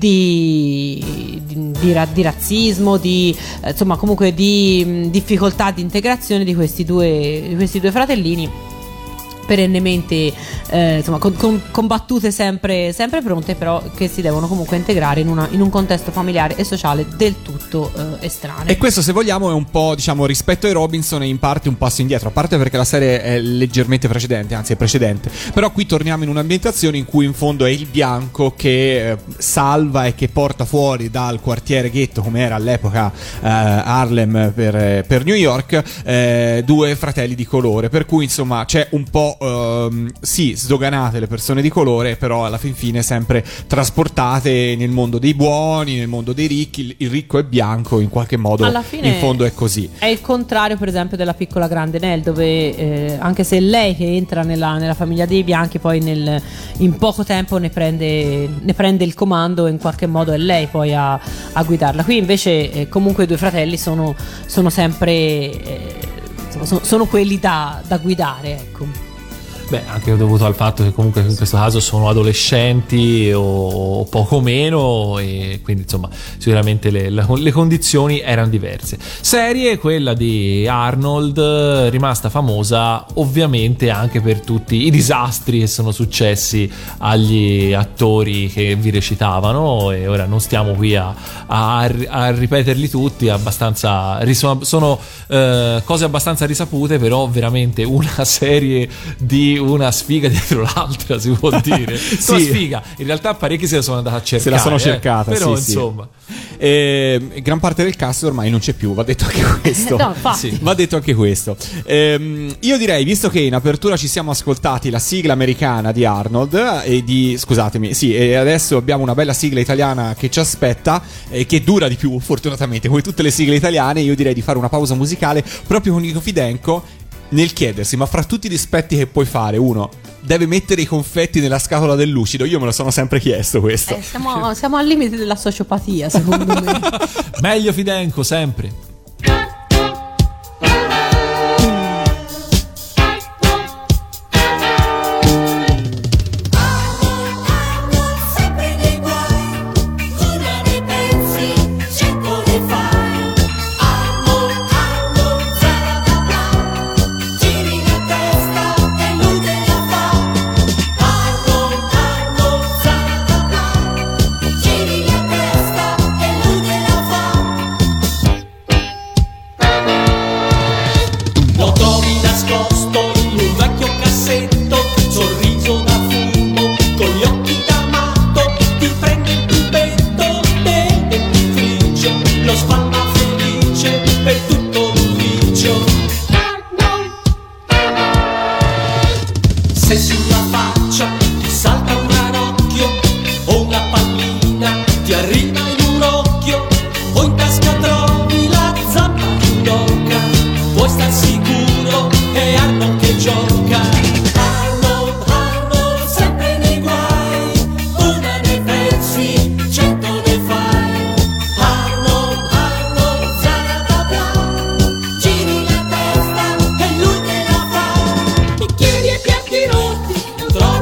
di, di, di, di razzismo, di eh, insomma comunque di mh, difficoltà di integrazione di questi due, di questi due fratellini, perennemente eh, insomma con, con, con battute sempre, sempre pronte, però che si devono comunque integrare in, una, in un contesto familiare e sociale del tutto eh, estraneo. E questo, se vogliamo, è un po', diciamo, rispetto ai Robinson, è in parte un passo indietro, a parte perché la serie è leggermente precedente, anzi è precedente, però qui torniamo in un'ambientazione in cui in fondo è il bianco che eh, salva e che porta fuori dal quartiere ghetto, come era all'epoca eh, Harlem per, per New York, eh, due fratelli di colore, per cui insomma c'è un po' Uh, sì, sdoganate le persone di colore, però alla fin fine sempre trasportate nel mondo dei buoni, nel mondo dei ricchi. Il, il ricco è bianco, in qualche modo alla fine in fondo è così. È il contrario, per esempio, della piccola grande Nell, dove eh, anche se è lei che entra nella, nella famiglia dei bianchi, poi nel, in poco tempo ne prende, ne prende il comando, e in qualche modo è lei poi a, a guidarla. Qui invece eh, comunque i due fratelli sono, sono sempre eh, sono, sono quelli da, da guidare, ecco. Beh, anche dovuto al fatto che comunque in questo caso sono adolescenti o, o poco meno, e quindi insomma sicuramente le, le, le condizioni erano diverse. Serie, quella di Arnold, rimasta famosa ovviamente anche per tutti i disastri che sono successi agli attori che vi recitavano, e ora non stiamo qui a, a, a ripeterli tutti, abbastanza sono eh, cose abbastanza risapute, però veramente una serie di una sfiga dietro l'altra, si può dire. Sì. Una sfiga, in realtà parecchi se la sono andata a cercare, se la sono cercata, eh. Però sì, insomma sì. E, gran parte del cast ormai non c'è più, va detto anche questo. No, sì. Va detto anche questo. Ehm, io direi, visto che in apertura ci siamo ascoltati la sigla americana di Arnold e di, scusatemi, sì, e adesso abbiamo una bella sigla italiana che ci aspetta e che dura di più, fortunatamente, come tutte le sigle italiane. Io direi di fare una pausa musicale proprio con Nico Fidenco, nel chiedersi, ma fra tutti i dispetti che puoi fare, uno deve mettere i confetti nella scatola del lucido? Io me lo sono sempre chiesto questo. Eh, siamo, siamo al limite della sociopatia, secondo me. Meglio Fidenco sempre. Trovi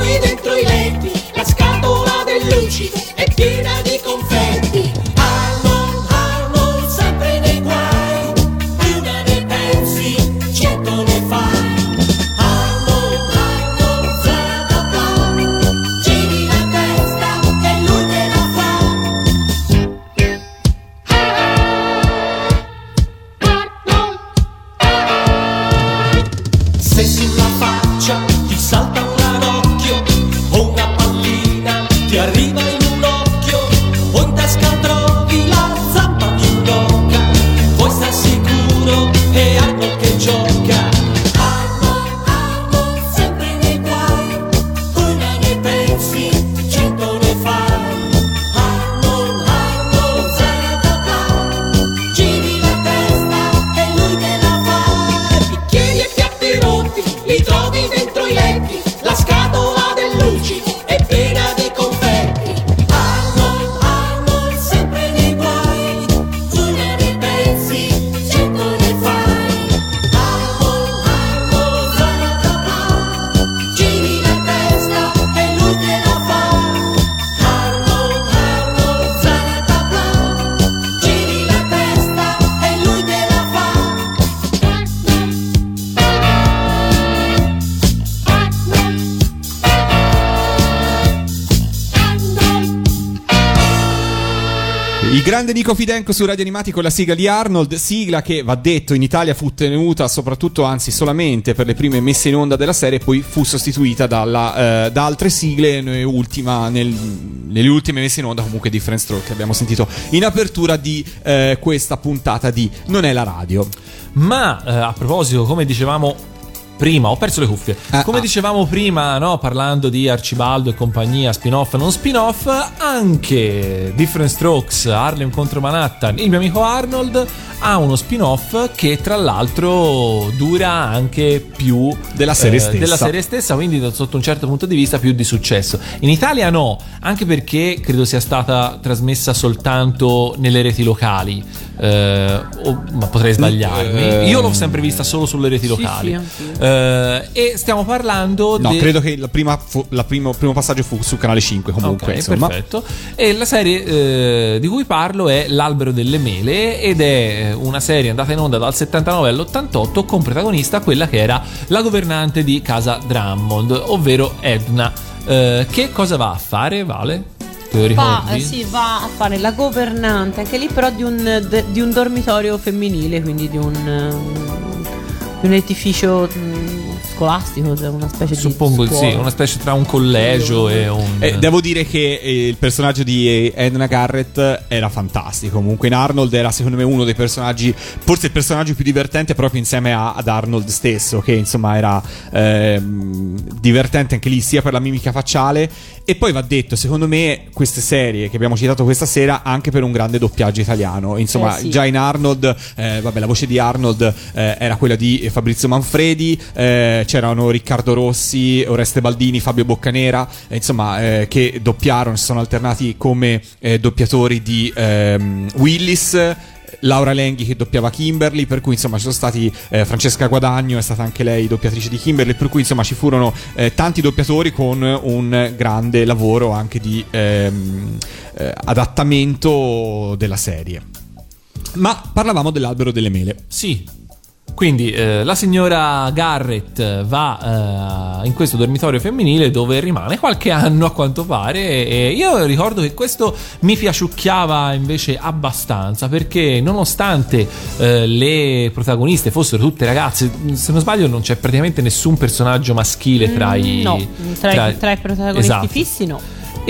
Il grande Nico Fidenco su Radio Animati con la sigla di Arnold, sigla che, va detto, in Italia fu tenuta soprattutto, anzi solamente per le prime messe in onda della serie, poi fu sostituita dalla, eh, da altre sigle, ultima, nel, nelle ultime messe in onda comunque Different Stroke che abbiamo sentito in apertura di eh, questa puntata di Non è la radio. Ma eh, a proposito, come dicevamo prima, ho perso le cuffie. Ah, Come ah. dicevamo prima, no, parlando di Arcibaldo e compagnia, spin-off non spin-off, anche Different Strokes, Harlem contro Manhattan, il mio amico Arnold ha uno spin-off che tra l'altro dura anche più Della serie eh, stessa. della serie stessa, quindi sotto un certo punto di vista più di successo. In Italia no, anche perché credo sia stata trasmessa soltanto nelle reti locali. Eh, o, ma potrei sbagliarmi. Eh, Io l'ho sempre vista solo sulle reti Sì, locali. sì, anch'io. Eh, e stiamo parlando No, de- credo che la prima fu, la primo, primo passaggio fu su Canale cinque comunque, Ok, insomma. perfetto. E la serie eh, di cui parlo è L'albero delle mele ed è una serie andata in onda dal settantanove all'ottantotto con protagonista quella che era la governante di casa Drummond, ovvero Edna. Eh, che cosa va a fare, Vale? Te lo Va, ricordi? eh, sì, va a fare la governante, anche lì però di un, de- di un dormitorio femminile, quindi di un, um, di un edificio um, scolastico, una specie Suppongo di di scuola. sì, una specie tra un collegio e un... Eh, devo dire che eh, il personaggio di Edna Garrett era fantastico. Comunque in Arnold era secondo me uno dei personaggi, forse il personaggio più divertente proprio insieme a, ad Arnold stesso, che insomma era ehm, divertente anche lì sia per la mimica facciale. E poi va detto, secondo me queste serie che abbiamo citato questa sera anche per un grande doppiaggio italiano. Insomma, Eh, sì. già in Arnold, eh, vabbè, la voce di Arnold eh, era quella di Fabrizio Manfredi, eh, c'erano Riccardo Rossi, Oreste Baldini, Fabio Boccanera, eh, insomma, eh, che doppiarono, si sono alternati come eh, doppiatori di ehm, Willis. Laura Lenghi che doppiava Kimberly, per cui insomma ci sono stati eh, Francesca Guadagno è stata anche lei doppiatrice di Kimberly, per cui insomma ci furono eh, tanti doppiatori con un grande lavoro anche di ehm, eh, adattamento della serie. Ma parlavamo dell'albero delle mele. Sì. Quindi eh, la signora Garrett va eh, in questo dormitorio femminile dove rimane qualche anno a quanto pare, e io ricordo che questo mi piaciucchiava invece abbastanza, perché nonostante eh, le protagoniste fossero tutte ragazze, se non sbaglio non c'è praticamente nessun personaggio maschile tra i, No, tra, tra- i, tra i protagonisti Esatto. fissi no.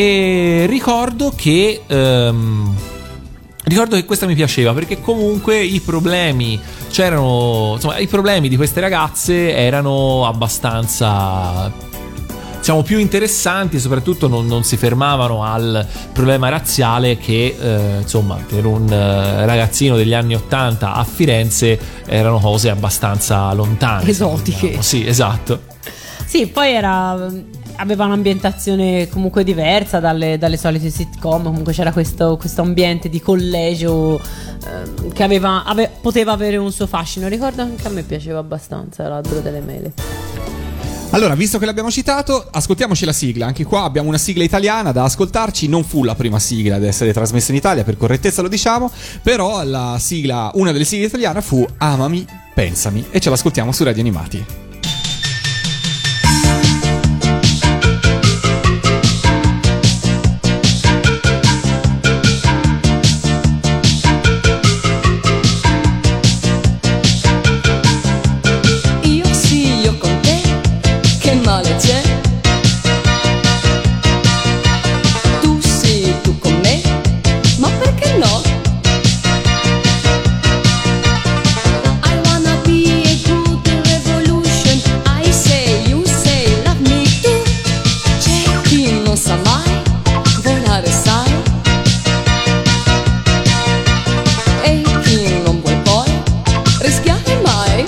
E ricordo che ehm, ricordo che questa mi piaceva perché comunque i problemi c'erano, insomma, i problemi di queste ragazze erano abbastanza, diciamo, più interessanti, e soprattutto non, non si fermavano al problema razziale che eh, insomma per un eh, ragazzino degli anni ottanta a Firenze erano cose abbastanza lontane, Esotiche. se vogliamo. Sì, esatto. Sì, poi era aveva un'ambientazione comunque diversa dalle, dalle solite sitcom. Comunque c'era questo, questo ambiente di collegio ehm, che aveva, ave- poteva avere un suo fascino. Ricordo anche a me piaceva abbastanza L'albero delle mele. Allora, visto che l'abbiamo citato, ascoltiamoci la sigla. Anche qua abbiamo una sigla italiana da ascoltarci. Non fu la prima sigla ad essere trasmessa in Italia, per correttezza lo diciamo. Però la sigla, una delle sigle italiane fu Amami, Pensami, e ce l'ascoltiamo su Radio Animati. Io sì, io con te, che male c'è? Tu sì, tu con me, ma perché no? I wanna be a good revolution, I say, you say, love me too. C'è chi non sa mai volare, sai? E chi non vuol poi rischiare mai?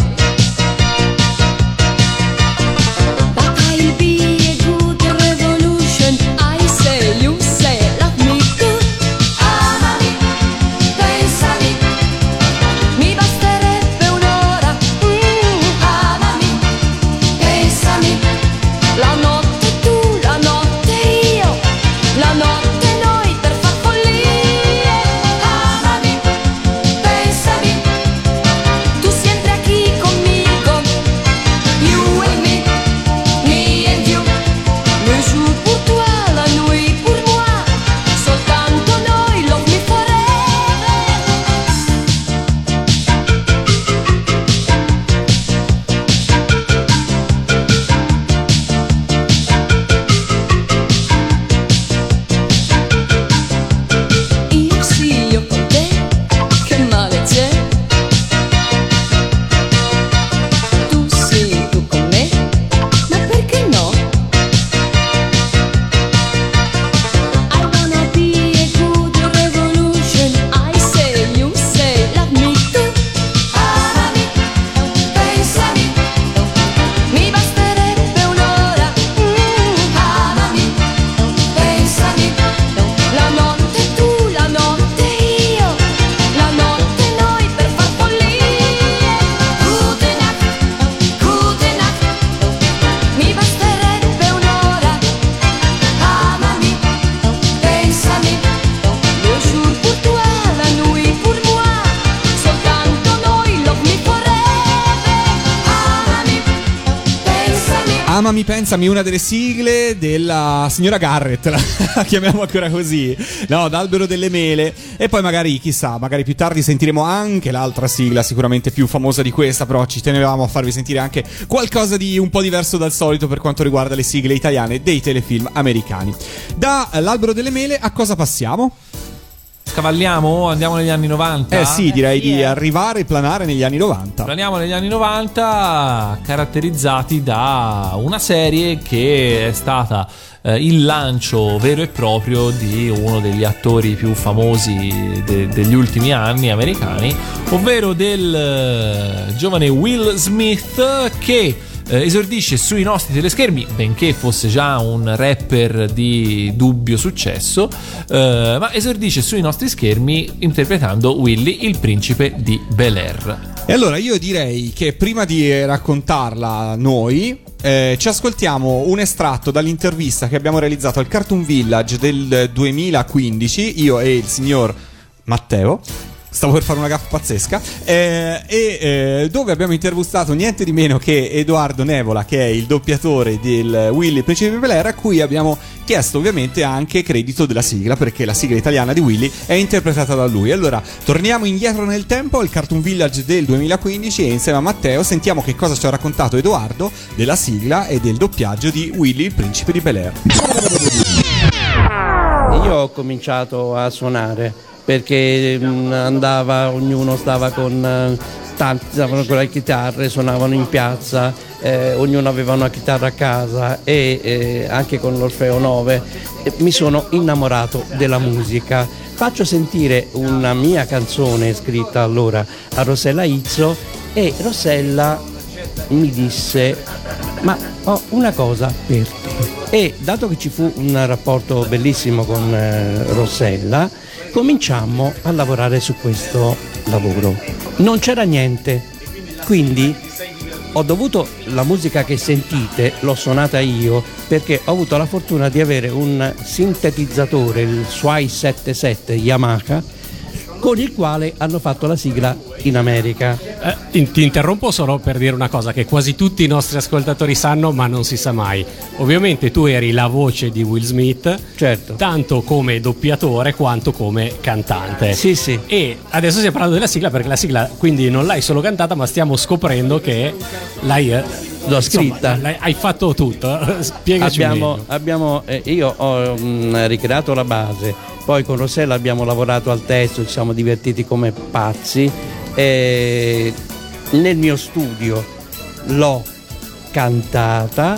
But I'll be a good revolution, I say, you say, love me too. Amami, pensami, mi basterebbe un'ora. Mm, amami, pensami, la notte tu, la notte io, la notte noi per far follie. Amami, pensami, tu siempre aquí conmigo. You and me, me and you. Le jour pour toi, la nuit pour moi. Soltanto noi, love me forever. Amami pensami, una delle sigle della signora Garrett, la chiamiamo ancora così, no, d'Albero delle mele. E poi magari, chissà, magari più tardi sentiremo anche l'altra sigla, sicuramente più famosa di questa, però ci tenevamo a farvi sentire anche qualcosa di un po' diverso dal solito per quanto riguarda le sigle italiane dei telefilm americani. Da l'Albero delle mele a cosa passiamo? Scavalliamo, andiamo negli anni novanta. Eh sì, direi di arrivare e planare negli anni novanta. Planiamo negli anni novanta, caratterizzati da una serie che è stata eh, il lancio vero e proprio di uno degli attori più famosi de- degli ultimi anni americani, ovvero del eh, giovane Will Smith, che Eh, esordisce sui nostri teleschermi, benché fosse già un rapper di dubbio successo, eh, ma esordisce sui nostri schermi interpretando Willy, il principe di Bel-Air. E allora io direi che prima di raccontarla noi eh, ci ascoltiamo un estratto dall'intervista che abbiamo realizzato al Cartoon Village del duemilaquindici, io e il signor Matteo. Stavo per fare una gaffa pazzesca, eh, e eh, dove abbiamo intervistato niente di meno che Edoardo Nevola, che è il doppiatore del Willy Principe di Bel-Air, a cui abbiamo chiesto ovviamente anche credito della sigla, perché la sigla italiana di Willy è interpretata da lui. Allora torniamo indietro nel tempo al Cartoon Village del duemilaquindici e insieme a Matteo sentiamo che cosa ci ha raccontato Edoardo della sigla e del doppiaggio di Willy il Principe di Bel-Air. Io ho cominciato a suonare perché andava, ognuno stava con tanti, stavano con le chitarre, suonavano in piazza, eh, ognuno aveva una chitarra a casa e eh, anche con l'Orfeo nove eh, mi sono innamorato della musica. Faccio sentire una mia canzone scritta allora a Rossella Izzo e Rossella mi disse: ma ho una cosa per te. E dato che ci fu un rapporto bellissimo con eh, Rossella, cominciammo a lavorare su questo lavoro. Non c'era niente, quindi ho dovuto, la musica che sentite l'ho suonata io perché ho avuto la fortuna di avere un sintetizzatore, il Swai settantasette Yamaha, con il quale hanno fatto la sigla in America. Eh, ti interrompo solo per dire una cosa che quasi tutti i nostri ascoltatori sanno, ma non si sa mai. Ovviamente tu eri la voce di Will Smith, certo, tanto come doppiatore quanto come cantante. Sì, sì. E adesso stiamo parlando della sigla, perché la sigla quindi non l'hai solo cantata, ma stiamo scoprendo che l'hai l'ho scritta. Insomma, hai fatto tutto. Spiegaci abbiamo, meglio. abbiamo eh, io ho mh, ricreato la base, poi con Rossella abbiamo lavorato al testo, ci siamo divertiti come pazzi e nel mio studio l'ho cantata,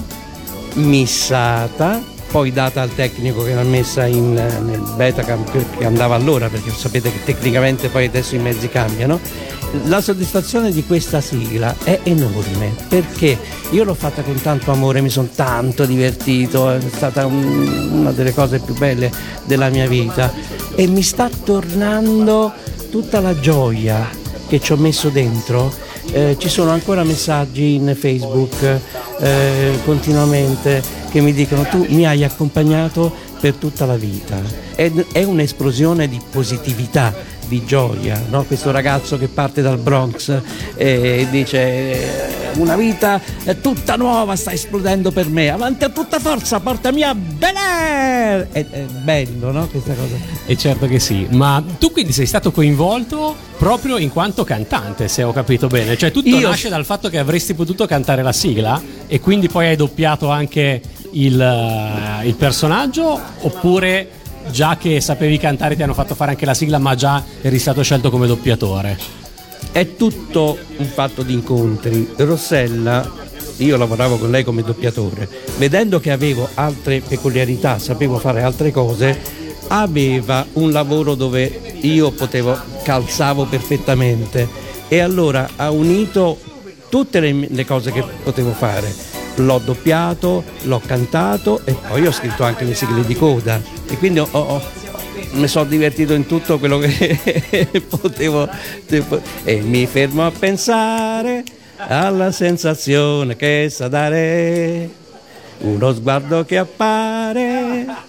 missata, poi data al tecnico che l'ha messa in, nel Betacam che andava allora, perché sapete che tecnicamente poi adesso i mezzi cambiano. La soddisfazione di questa sigla è enorme perché io l'ho fatta con tanto amore, mi sono tanto divertito, è stata un, una delle cose più belle della mia vita e mi sta tornando tutta la gioia che ci ho messo dentro. Eh, ci sono ancora messaggi in Facebook eh, continuamente che mi dicono: tu mi hai accompagnato per tutta la vita. È, è un'esplosione di positività, di gioia, no? Questo ragazzo che parte dal Bronx e dice: una vita tutta nuova sta esplodendo per me, avanti a tutta forza, portami a Bel-Air. È, è bello, no? Questa cosa. E certo che sì, ma tu quindi sei stato coinvolto proprio in quanto cantante, se ho capito bene, cioè tutto Io... nasce dal fatto che avresti potuto cantare la sigla e quindi poi hai doppiato anche il, uh, il personaggio, oppure già che sapevi cantare ti hanno fatto fare anche la sigla ma già eri stato scelto come doppiatore? È tutto un fatto di incontri. Rossella, io lavoravo con lei come doppiatore, vedendo che avevo altre peculiarità, sapevo fare altre cose, aveva un lavoro dove io potevo, calzavo perfettamente e allora ha unito tutte le, le cose che potevo fare. L'ho doppiato, l'ho cantato e poi ho scritto anche le sigle di coda e quindi ho, ho, mi sono divertito in tutto quello che potevo e mi fermo a pensare alla sensazione che sa dare uno sguardo che appare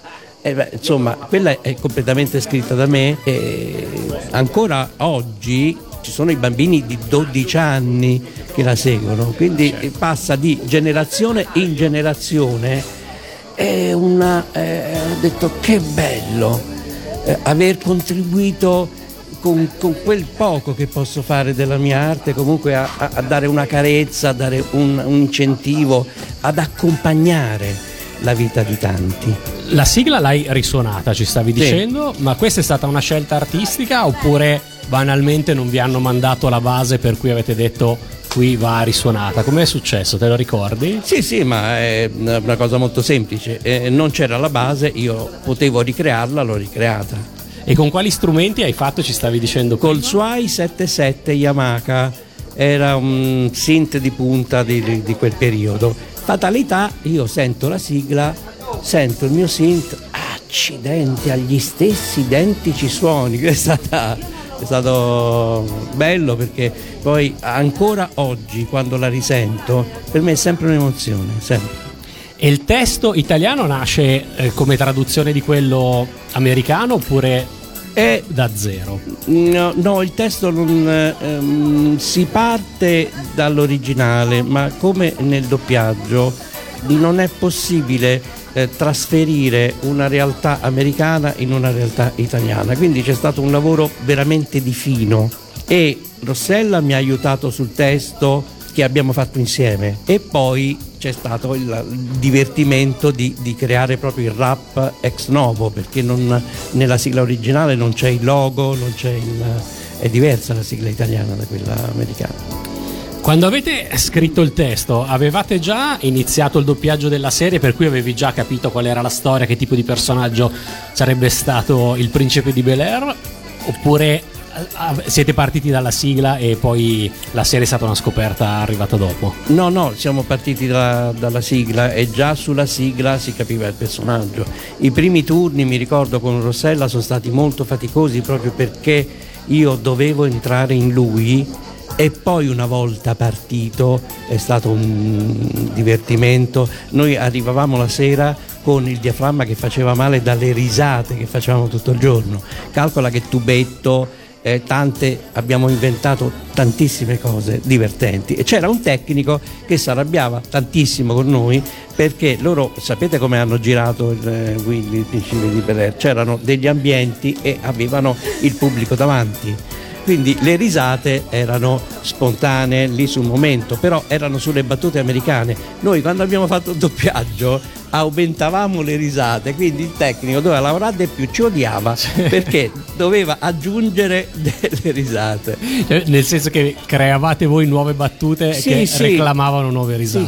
Eh beh, insomma, quella è completamente scritta da me e ancora oggi ci sono i bambini di dodici anni che la seguono, quindi passa di generazione in generazione. È una, eh, ho detto che bello eh, aver contribuito con, con quel poco che posso fare della mia arte comunque a, a, a dare una carezza, a dare un, un incentivo, ad accompagnare la vita di tanti. La sigla l'hai risuonata, ci stavi Sì. dicendo, ma questa è stata una scelta artistica oppure banalmente non vi hanno mandato la base per cui avete detto qui va risuonata? Com'è successo? Te lo ricordi? Sì, sì, ma è una cosa molto semplice. Eh, non c'era la base, io potevo ricrearla, l'ho ricreata. E con quali strumenti hai fatto? Ci stavi dicendo Col prima? Suai settantasette Yamaha, era un synth di punta di, di quel periodo. Fatalità, io sento la sigla, sento il mio synth, accidenti, agli stessi identici suoni. È stata, è stato bello perché poi ancora oggi quando la risento per me è sempre un'emozione, sempre. E il testo italiano nasce eh, come traduzione di quello americano oppure è da zero? No, no, il testo non ehm, si parte dall'originale, ma come nel doppiaggio non è possibile eh, trasferire una realtà americana in una realtà italiana, quindi c'è stato un lavoro veramente di fino e Rossella mi ha aiutato sul testo che abbiamo fatto insieme e poi c'è stato il, il divertimento di, di creare proprio il rap ex novo, perché non, nella sigla originale non c'è il logo, non c'è il, è diversa la sigla italiana da quella americana. Quando avete scritto il testo avevate già iniziato il doppiaggio della serie, per cui avevi già capito qual era la storia, che tipo di personaggio sarebbe stato il principe di Bel-Air, oppure siete partiti dalla sigla e poi la serie è stata una scoperta arrivata dopo? No, no, siamo partiti da, dalla sigla e già sulla sigla si capiva il personaggio. I primi turni, mi ricordo, con Rossella sono stati molto faticosi proprio perché io dovevo entrare in lui e poi una volta partito è stato un divertimento. Noi arrivavamo la sera con il diaframma che faceva male dalle risate che facevamo tutto il giorno. Calcola che tubetto, Eh, tante, abbiamo inventato tantissime cose divertenti e c'era un tecnico che si arrabbiava tantissimo con noi perché loro, sapete come hanno girato il eh, Willy, il principe di Bel-Air? C'erano degli ambienti e avevano il pubblico davanti, quindi le risate erano spontanee lì sul momento, però erano sulle battute americane. Noi quando abbiamo fatto il doppiaggio aumentavamo le risate, quindi il tecnico doveva lavorare di più, ci odiava perché doveva aggiungere delle risate. Cioè, nel senso che creavate voi nuove battute Sì, che sì. reclamavano nuove risate. Sì,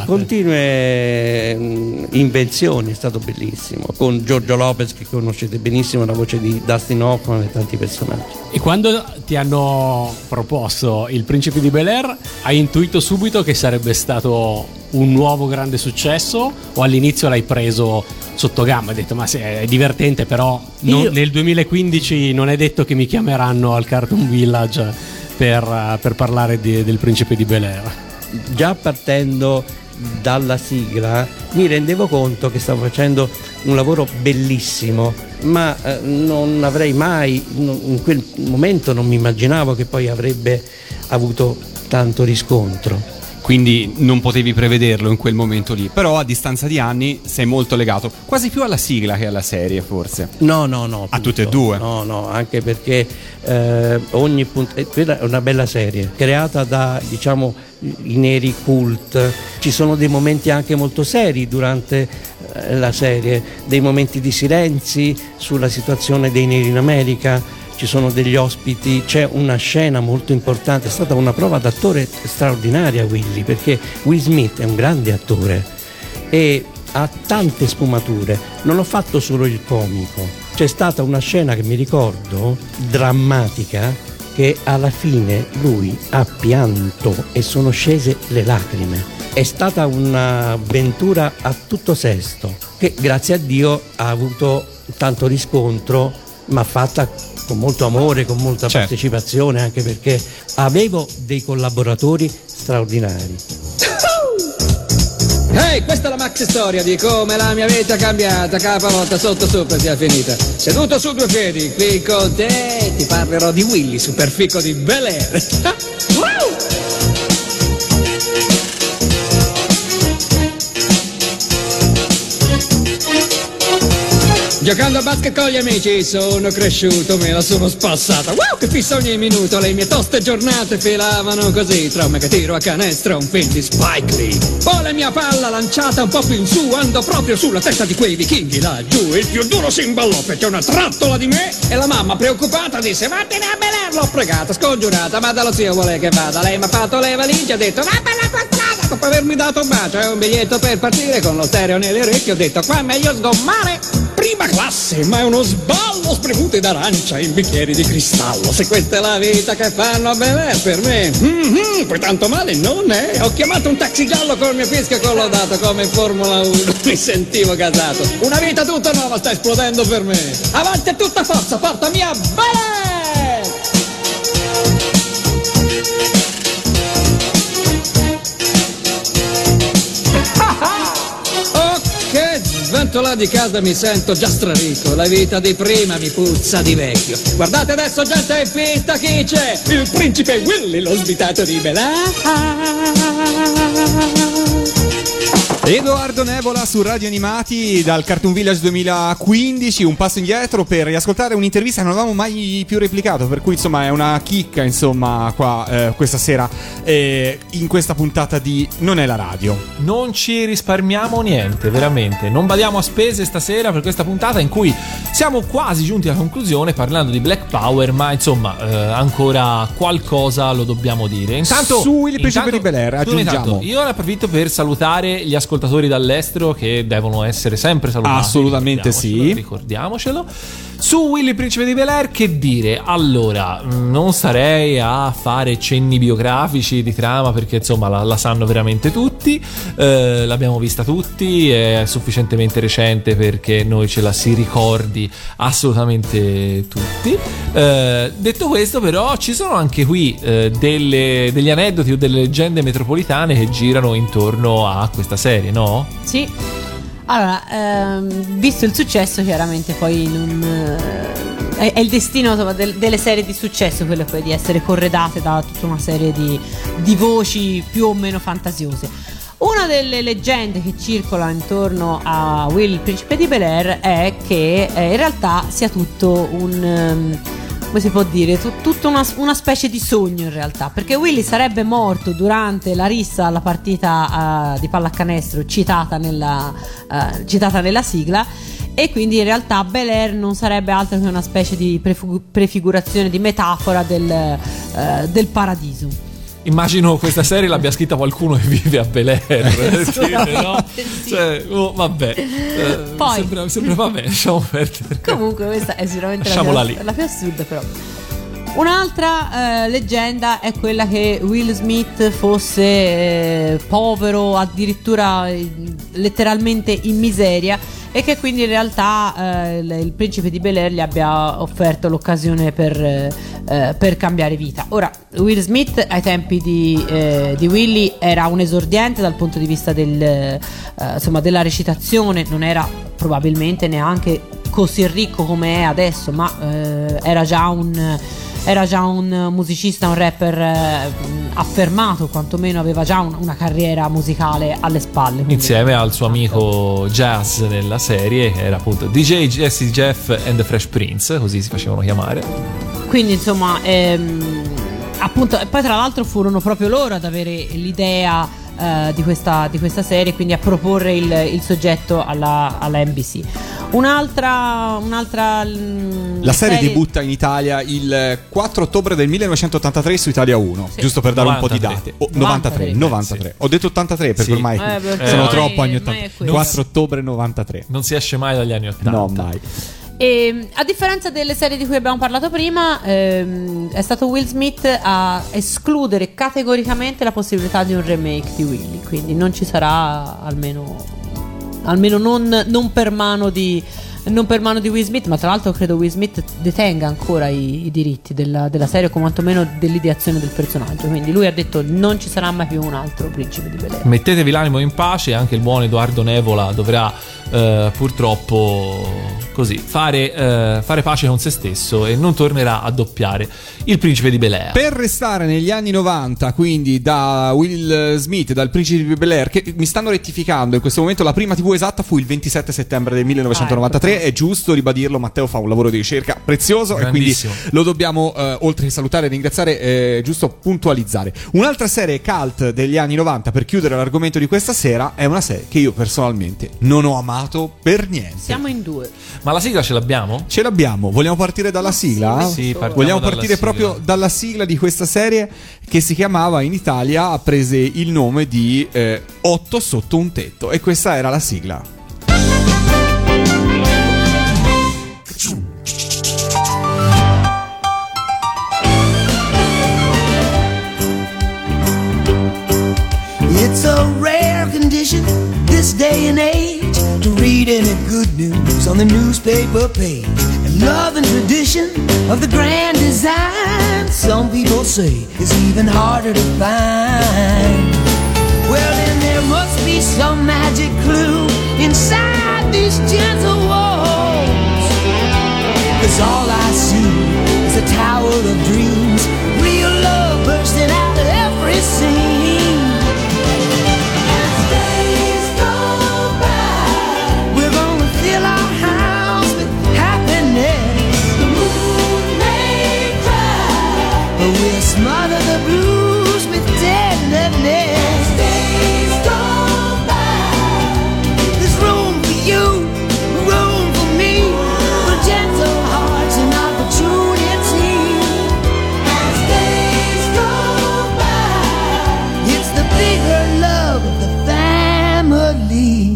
continue mh, invenzioni, è stato bellissimo. Con Giorgio Lopez, che conoscete benissimo, la voce di Dustin Hoffman e tanti personaggi. E quando ti hanno proposto il principe di Bel-Air hai intuito subito che sarebbe stato un nuovo grande successo o all'inizio l'hai preso sotto gamba? Hai detto ma sì, è divertente, però non- Io- nel duemilaquindici non è detto che mi chiameranno al Cartoon Village per, uh, per parlare di- del principe di Bel-Air. Già partendo dalla sigla mi rendevo conto che stavo facendo un lavoro bellissimo, ma eh, non avrei mai, non- in quel momento non mi immaginavo che poi avrebbe avuto tanto riscontro. Quindi non potevi prevederlo in quel momento lì. Però a distanza di anni sei molto legato, quasi più alla sigla che alla serie, forse. No, no, no. A tutto. tutte e due. No, no, anche perché eh, ogni punt- eh, quella è una bella serie, creata da, diciamo, i neri cult. Ci sono dei momenti anche molto seri durante eh, la serie, dei momenti di silenzi sulla situazione dei neri in America. Ci sono degli ospiti, c'è una scena molto importante, è stata una prova d'attore straordinaria Willy, perché Will Smith è un grande attore e ha tante sfumature, non ho fatto solo il comico, c'è stata una scena che mi ricordo drammatica che alla fine lui ha pianto e sono scese le lacrime. È stata un'avventura a tutto sesto che grazie a Dio ha avuto tanto riscontro, ma fatta con molto amore, con molta Certo. partecipazione, anche perché avevo dei collaboratori straordinari. Ehi, questa è la maxi storia di come la mia vita è cambiata, capovolta sotto sopra sia finita. Seduto su due piedi, qui con te ti parlerò di Willy, superfico di Bel Air. Wow! Giocando a basket con gli amici sono cresciuto, me la sono spassata. Wow, che fissa ogni minuto, le mie toste giornate filavano così. Tra me che tiro a canestro, un film di Spike Lee. Poi la mia palla lanciata un po' più in su, andò proprio sulla testa di quei vichinghi laggiù. Il più duro si imballò perché una trottola di me. E la mamma preoccupata disse, vattene a Bel Air. L'ho pregata, scongiurata, ma dallo zio vuole che vada. Lei mi ha fatto le valigie, ha detto, va per la tua strada. Dopo avermi dato un bacio e un biglietto per partire, con lo stereo nelle orecchie ho detto, qua è meglio sgommare. Prima classe, ma è uno sballo, spremuti d'arancia in bicchieri di cristallo. Se questa è la vita che fanno a Bel Air per me, mm-hmm, poi tanto male non è. Ho chiamato un taxi giallo col mio fischio collaudato come in Formula uno, mi sentivo gasato. Una vita tutta nuova sta esplodendo per me. Avanti a tutta forza, portami a Bel Air! Che sventola di casa mi sento già strarico, la vita di prima mi puzza di vecchio. Guardate adesso gente in pista, chi c'è? Il principe Willy, lo svitato di Bel Air. Edoardo Nevola su Radio Animati dal Cartoon Village duemilaquindici, un passo indietro per riascoltare un'intervista che non avevamo mai più replicato, per cui insomma è una chicca insomma qua eh, questa sera eh, in questa puntata di Non è la radio. Non ci risparmiamo niente, veramente, non badiamo a spese stasera per questa puntata in cui siamo quasi giunti alla conclusione parlando di Black Power, ma insomma eh, ancora qualcosa lo dobbiamo dire. Intanto su Il Principe di Bel Air aggiungiamo. Intanto, io ne approfitto per salutare gli ascoltatori dall'estero che devono essere sempre salutati. Assolutamente sì. Ricordiamocelo. Su Willy Principe di Bel Air che dire? Allora, non starei a fare cenni biografici di trama perché insomma la, la sanno veramente tutti, eh, l'abbiamo vista tutti, è sufficientemente recente perché noi ce la si ricordi assolutamente tutti. Eh, detto questo però ci sono anche qui eh, delle, degli aneddoti o delle leggende metropolitane che girano intorno a questa serie, no? Sì. Allora, ehm, visto il successo, chiaramente poi non, eh, è, è il destino insomma, del, delle serie di successo quello poi di essere corredate da tutta una serie di, di voci più o meno fantasiose. Una delle leggende che circola intorno a Will, il Principe di Bel Air, è che eh, in realtà sia tutto un... Um, come si può dire, tut- tutta una, una specie di sogno in realtà, perché Willy sarebbe morto durante la rissa alla partita uh, di pallacanestro citata nella, uh, citata nella sigla, e quindi in realtà Bel Air non sarebbe altro che una specie di prefu- prefigurazione, di metafora del, uh, del paradiso. Immagino questa serie l'abbia scritta qualcuno che vive a Bel Air, no? Sì. Cioè, oh, vabbè, eh, Poi, sembra, sembra vabbè, lasciamo perdere. Comunque questa è sicuramente la Lasciamola più, lì. la più assurda, però. Un'altra eh, leggenda è quella che Will Smith fosse eh, povero, addirittura eh, letteralmente in miseria, e che quindi in realtà eh, il, il principe di Bel Air gli abbia offerto l'occasione per, eh, per cambiare vita. Ora, Will Smith ai tempi di, eh, di Willy era un esordiente dal punto di vista del, eh, insomma, della recitazione, non era probabilmente neanche così ricco come è adesso, ma eh, era già un era già un musicista, un rapper eh, affermato, quantomeno aveva già un, una carriera musicale alle spalle. Quindi. Insieme al suo amico Jazz nella serie, che era appunto D J Jesse Jeff and the Fresh Prince, così si facevano chiamare. Quindi insomma, ehm, appunto, e poi tra l'altro furono proprio loro ad avere l'idea Uh, di, questa, di questa serie, quindi a proporre il, il soggetto alla, alla N B C. Un'altra, un'altra mm, la serie, serie debutta in Italia il quattro ottobre del millenovecentottantatré su Italia uno, sì. Giusto per dare novantatré. Un po' di date. Oh, novantatré, novantatré. Sì. Ho detto ottantatré perché sì. ormai eh, perché sono eh, troppo anni ottanta. quattro ottobre novantatré. Non si esce mai dagli anni ottanta. No, mai. E, a differenza delle serie di cui abbiamo parlato prima, ehm, è stato Will Smith a escludere categoricamente la possibilità di un remake di Willy, quindi non ci sarà, almeno almeno non, non per mano di, non per mano di Will Smith, ma tra l'altro credo Will Smith detenga ancora i, i diritti della, della serie, o quantomeno dell'ideazione del personaggio, quindi lui ha detto non ci sarà mai più un altro Principe di Bel-Air. Mettetevi l'animo in pace, anche il buon Edoardo Nevola dovrà eh, purtroppo così fare, eh, fare pace con se stesso e non tornerà a doppiare il Principe di Bel-Air. Per restare negli anni novanta, quindi da Will Smith, dal Principe di Bel-Air, che mi stanno rettificando in questo momento, la prima tivù esatta fu il ventisette settembre del millenovecentonovantatré, ah, ecco. È giusto ribadirlo, Matteo fa un lavoro di ricerca prezioso e quindi lo dobbiamo, eh, oltre che salutare e ringraziare, eh, giusto puntualizzare. Un'altra serie cult degli anni novanta, per chiudere l'argomento di questa sera, è una serie che io personalmente non ho amato per niente. Siamo in due. Ma la sigla ce l'abbiamo? Ce l'abbiamo. Vogliamo partire dalla sigla? Sì, partiamo Vogliamo dalla partire sigla. proprio dalla sigla di questa serie, che si chiamava in Italia, ha preso il nome di eh, Otto sotto un tetto, e questa era la sigla. It's a rare condition this day and age to read any good news on the newspaper page. And love and tradition of the grand design, some people say, is even harder to find. Well, then there must be some magic clue inside these gentle walls, 'cause all I see is a tower of dreams, real love bursting out of every scene. We'll smother the blues with tenderness. Days gone by. There's room for you, room for me, for gentle hearts and opportunity. As days gone by, it's the bigger love of the family.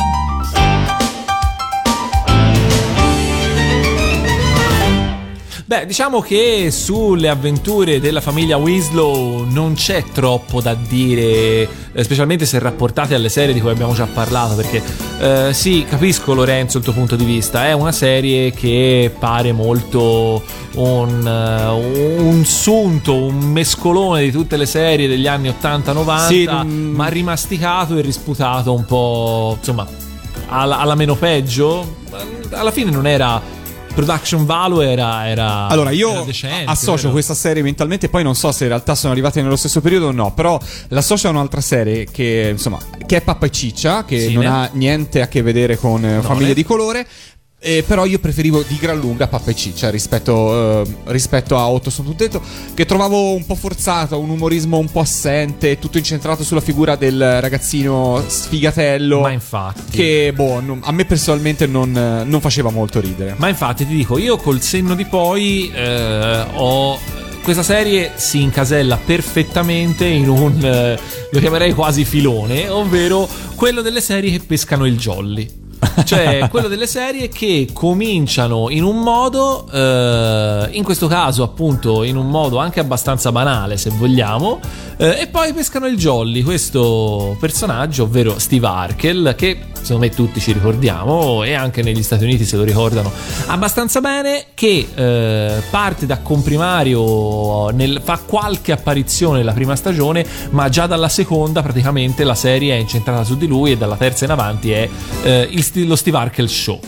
Beh, diciamo che sulle avventure della famiglia Winslow non c'è troppo da dire, eh, specialmente se rapportate alle serie di cui abbiamo già parlato, perché eh, sì, capisco Lorenzo il tuo punto di vista, è una serie che pare molto un, uh, un sunto, un mescolone di tutte le serie degli anni ottanta novanta, sì, mm. ma rimasticato e risputato un po', insomma, alla, alla meno peggio. Alla fine non era... production value era, era allora io era decente, associo vero? Questa serie mentalmente, poi non so se in realtà sono arrivate nello stesso periodo o no, però l'associo a un'altra serie che insomma che è Pappa e Ciccia, che sì, non ne? ha niente a che vedere con no, Famiglie ne? di colore. Eh, però io preferivo di gran lunga Pappa e Ciccia rispetto, eh, rispetto a Otto sotto un tetto, che trovavo un po' forzato, un umorismo un po' assente, tutto incentrato sulla figura del ragazzino sfigatello. Ma infatti, che boh, non, a me personalmente non, non faceva molto ridere. Ma infatti ti dico, io col senno di poi eh, ho... questa serie si incasella perfettamente in un, eh, lo chiamerei quasi filone, ovvero quello delle serie che pescano il jolly. Cioè quello delle serie che cominciano in un modo, eh, in questo caso appunto in un modo anche abbastanza banale se vogliamo, eh, e poi pescano il jolly, questo personaggio ovvero Steve Urkel, che secondo me tutti ci ricordiamo e anche negli Stati Uniti se lo ricordano abbastanza bene, che eh, parte da comprimario, nel, fa qualche apparizione nella prima stagione, ma già dalla seconda praticamente la serie è incentrata su di lui e dalla terza in avanti è eh, il lo Steve Urkel Show.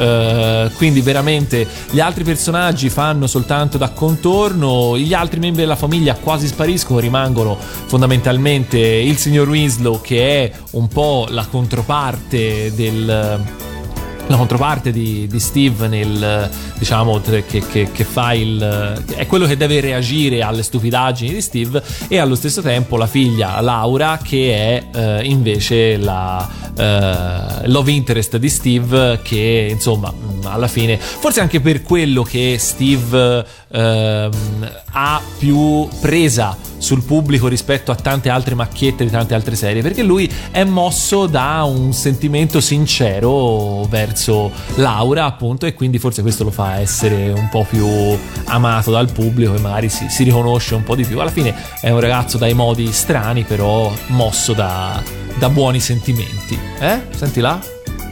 Uh, quindi veramente gli altri personaggi fanno soltanto da contorno, gli altri membri della famiglia quasi spariscono, rimangono fondamentalmente il signor Winslow, che è un po' la controparte del la controparte di, di Steve nel, diciamo, che, che, che fa il è quello che deve reagire alle stupidaggini di Steve, e allo stesso tempo la figlia Laura, che è eh, invece la eh, love interest di Steve, che insomma alla fine forse anche per quello che Steve eh, ha più presa sul pubblico rispetto a tante altre macchiette di tante altre serie, perché lui è mosso da un sentimento sincero verso Laura appunto, e quindi forse questo lo fa essere un po' più amato dal pubblico e magari si, si riconosce un po' di più. Alla fine è un ragazzo dai modi strani, però mosso da, da buoni sentimenti. Eh? Senti là?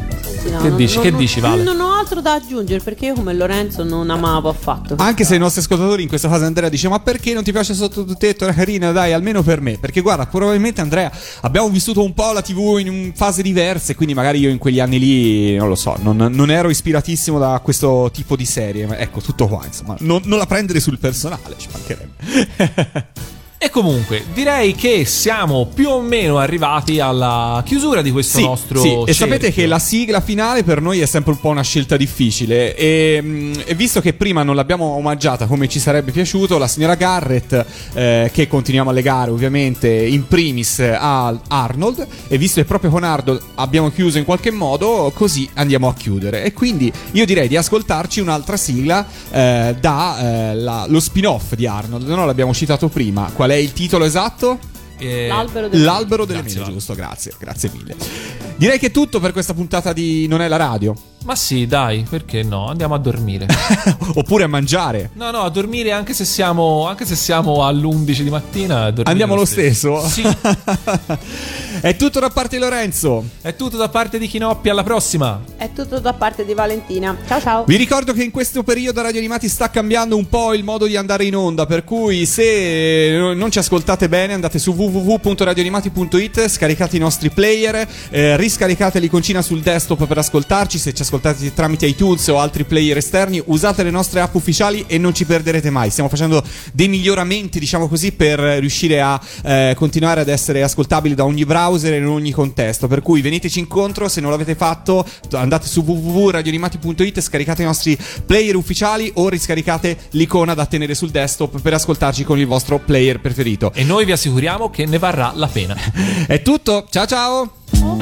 ragazzi, no, Che non- dici? non- Che non- dici, Vale? Non ho altro da aggiungere perché io come Lorenzo non amavo affatto. Anche se i nostri ascoltatori in questa fase Andrea dice ma perché non ti piace Sottotetto, era carina, dai, almeno per me. Perché guarda, probabilmente Andrea abbiamo vissuto un po' la tivù in fasi diverse, quindi magari io in quegli anni lì, non lo so, non, non ero ispiratissimo da questo tipo di serie. Ma ecco, tutto qua, insomma, non, non la prendere sul personale, ci mancherebbe. E comunque direi che siamo più o meno arrivati alla chiusura di questo Sì, nostro sì. E cerchio. sapete che la sigla finale per noi è sempre un po' una scelta difficile e, mh, e visto che prima non l'abbiamo omaggiata come ci sarebbe piaciuto, la signora Garrett, eh, che continuiamo a legare ovviamente in primis a Arnold, e visto che proprio con Arnold abbiamo chiuso in qualche modo, così andiamo a chiudere. E quindi io direi di ascoltarci un'altra sigla eh, da eh, la- lo spin-off di Arnold. No, l'abbiamo citato prima. Qual è il titolo esatto? Eh, L'albero del L'albero delle Grazie, mele, Vale. giusto, grazie, grazie mille. Direi che è tutto per questa puntata di Non è la radio. Ma sì, dai, perché no? Andiamo a dormire. Oppure a mangiare. No, no, a dormire anche se siamo anche se siamo all'undici di mattina. a dormire Andiamo lo stesso? Sì. È tutto da parte di Lorenzo. È tutto da parte di Chinoppi, alla prossima. È tutto da parte di Valentina. Ciao ciao. Vi ricordo che in questo periodo Radio Animati sta cambiando un po' il modo di andare in onda, per cui se non ci ascoltate bene andate su w w w punto radioanimati punto i t, scaricate i nostri player, eh, riscaricate l'iconcina sul desktop per ascoltarci. Se ci ascoltate tramite iTunes o altri player esterni, usate le nostre app ufficiali e non ci perderete mai. Stiamo facendo dei miglioramenti, diciamo così, per riuscire a eh, continuare ad essere ascoltabili da ogni browser e in ogni contesto, per cui veniteci incontro. Se non l'avete fatto andate su w w w punto radioanimati punto i t, scaricate i nostri player ufficiali o riscaricate l'icona da tenere sul desktop per ascoltarci con il vostro player preferito. E noi vi assicuriamo che ne varrà la pena. È tutto, ciao ciao.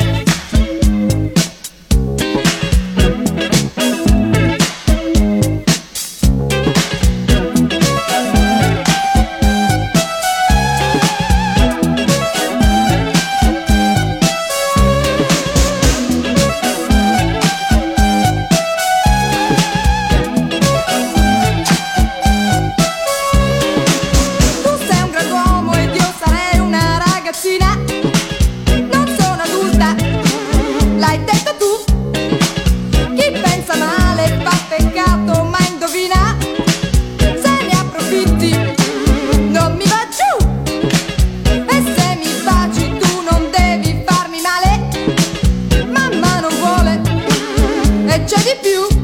Tu sei un grand'uomo ed io sarei una ragazzina. Non sono adulta, l'hai detto tu. Chi pensa male fa peccato, ma indovina. Se ne approfitti non mi va giù. E se mi baci tu non devi farmi male. Mamma non vuole e c'è di più.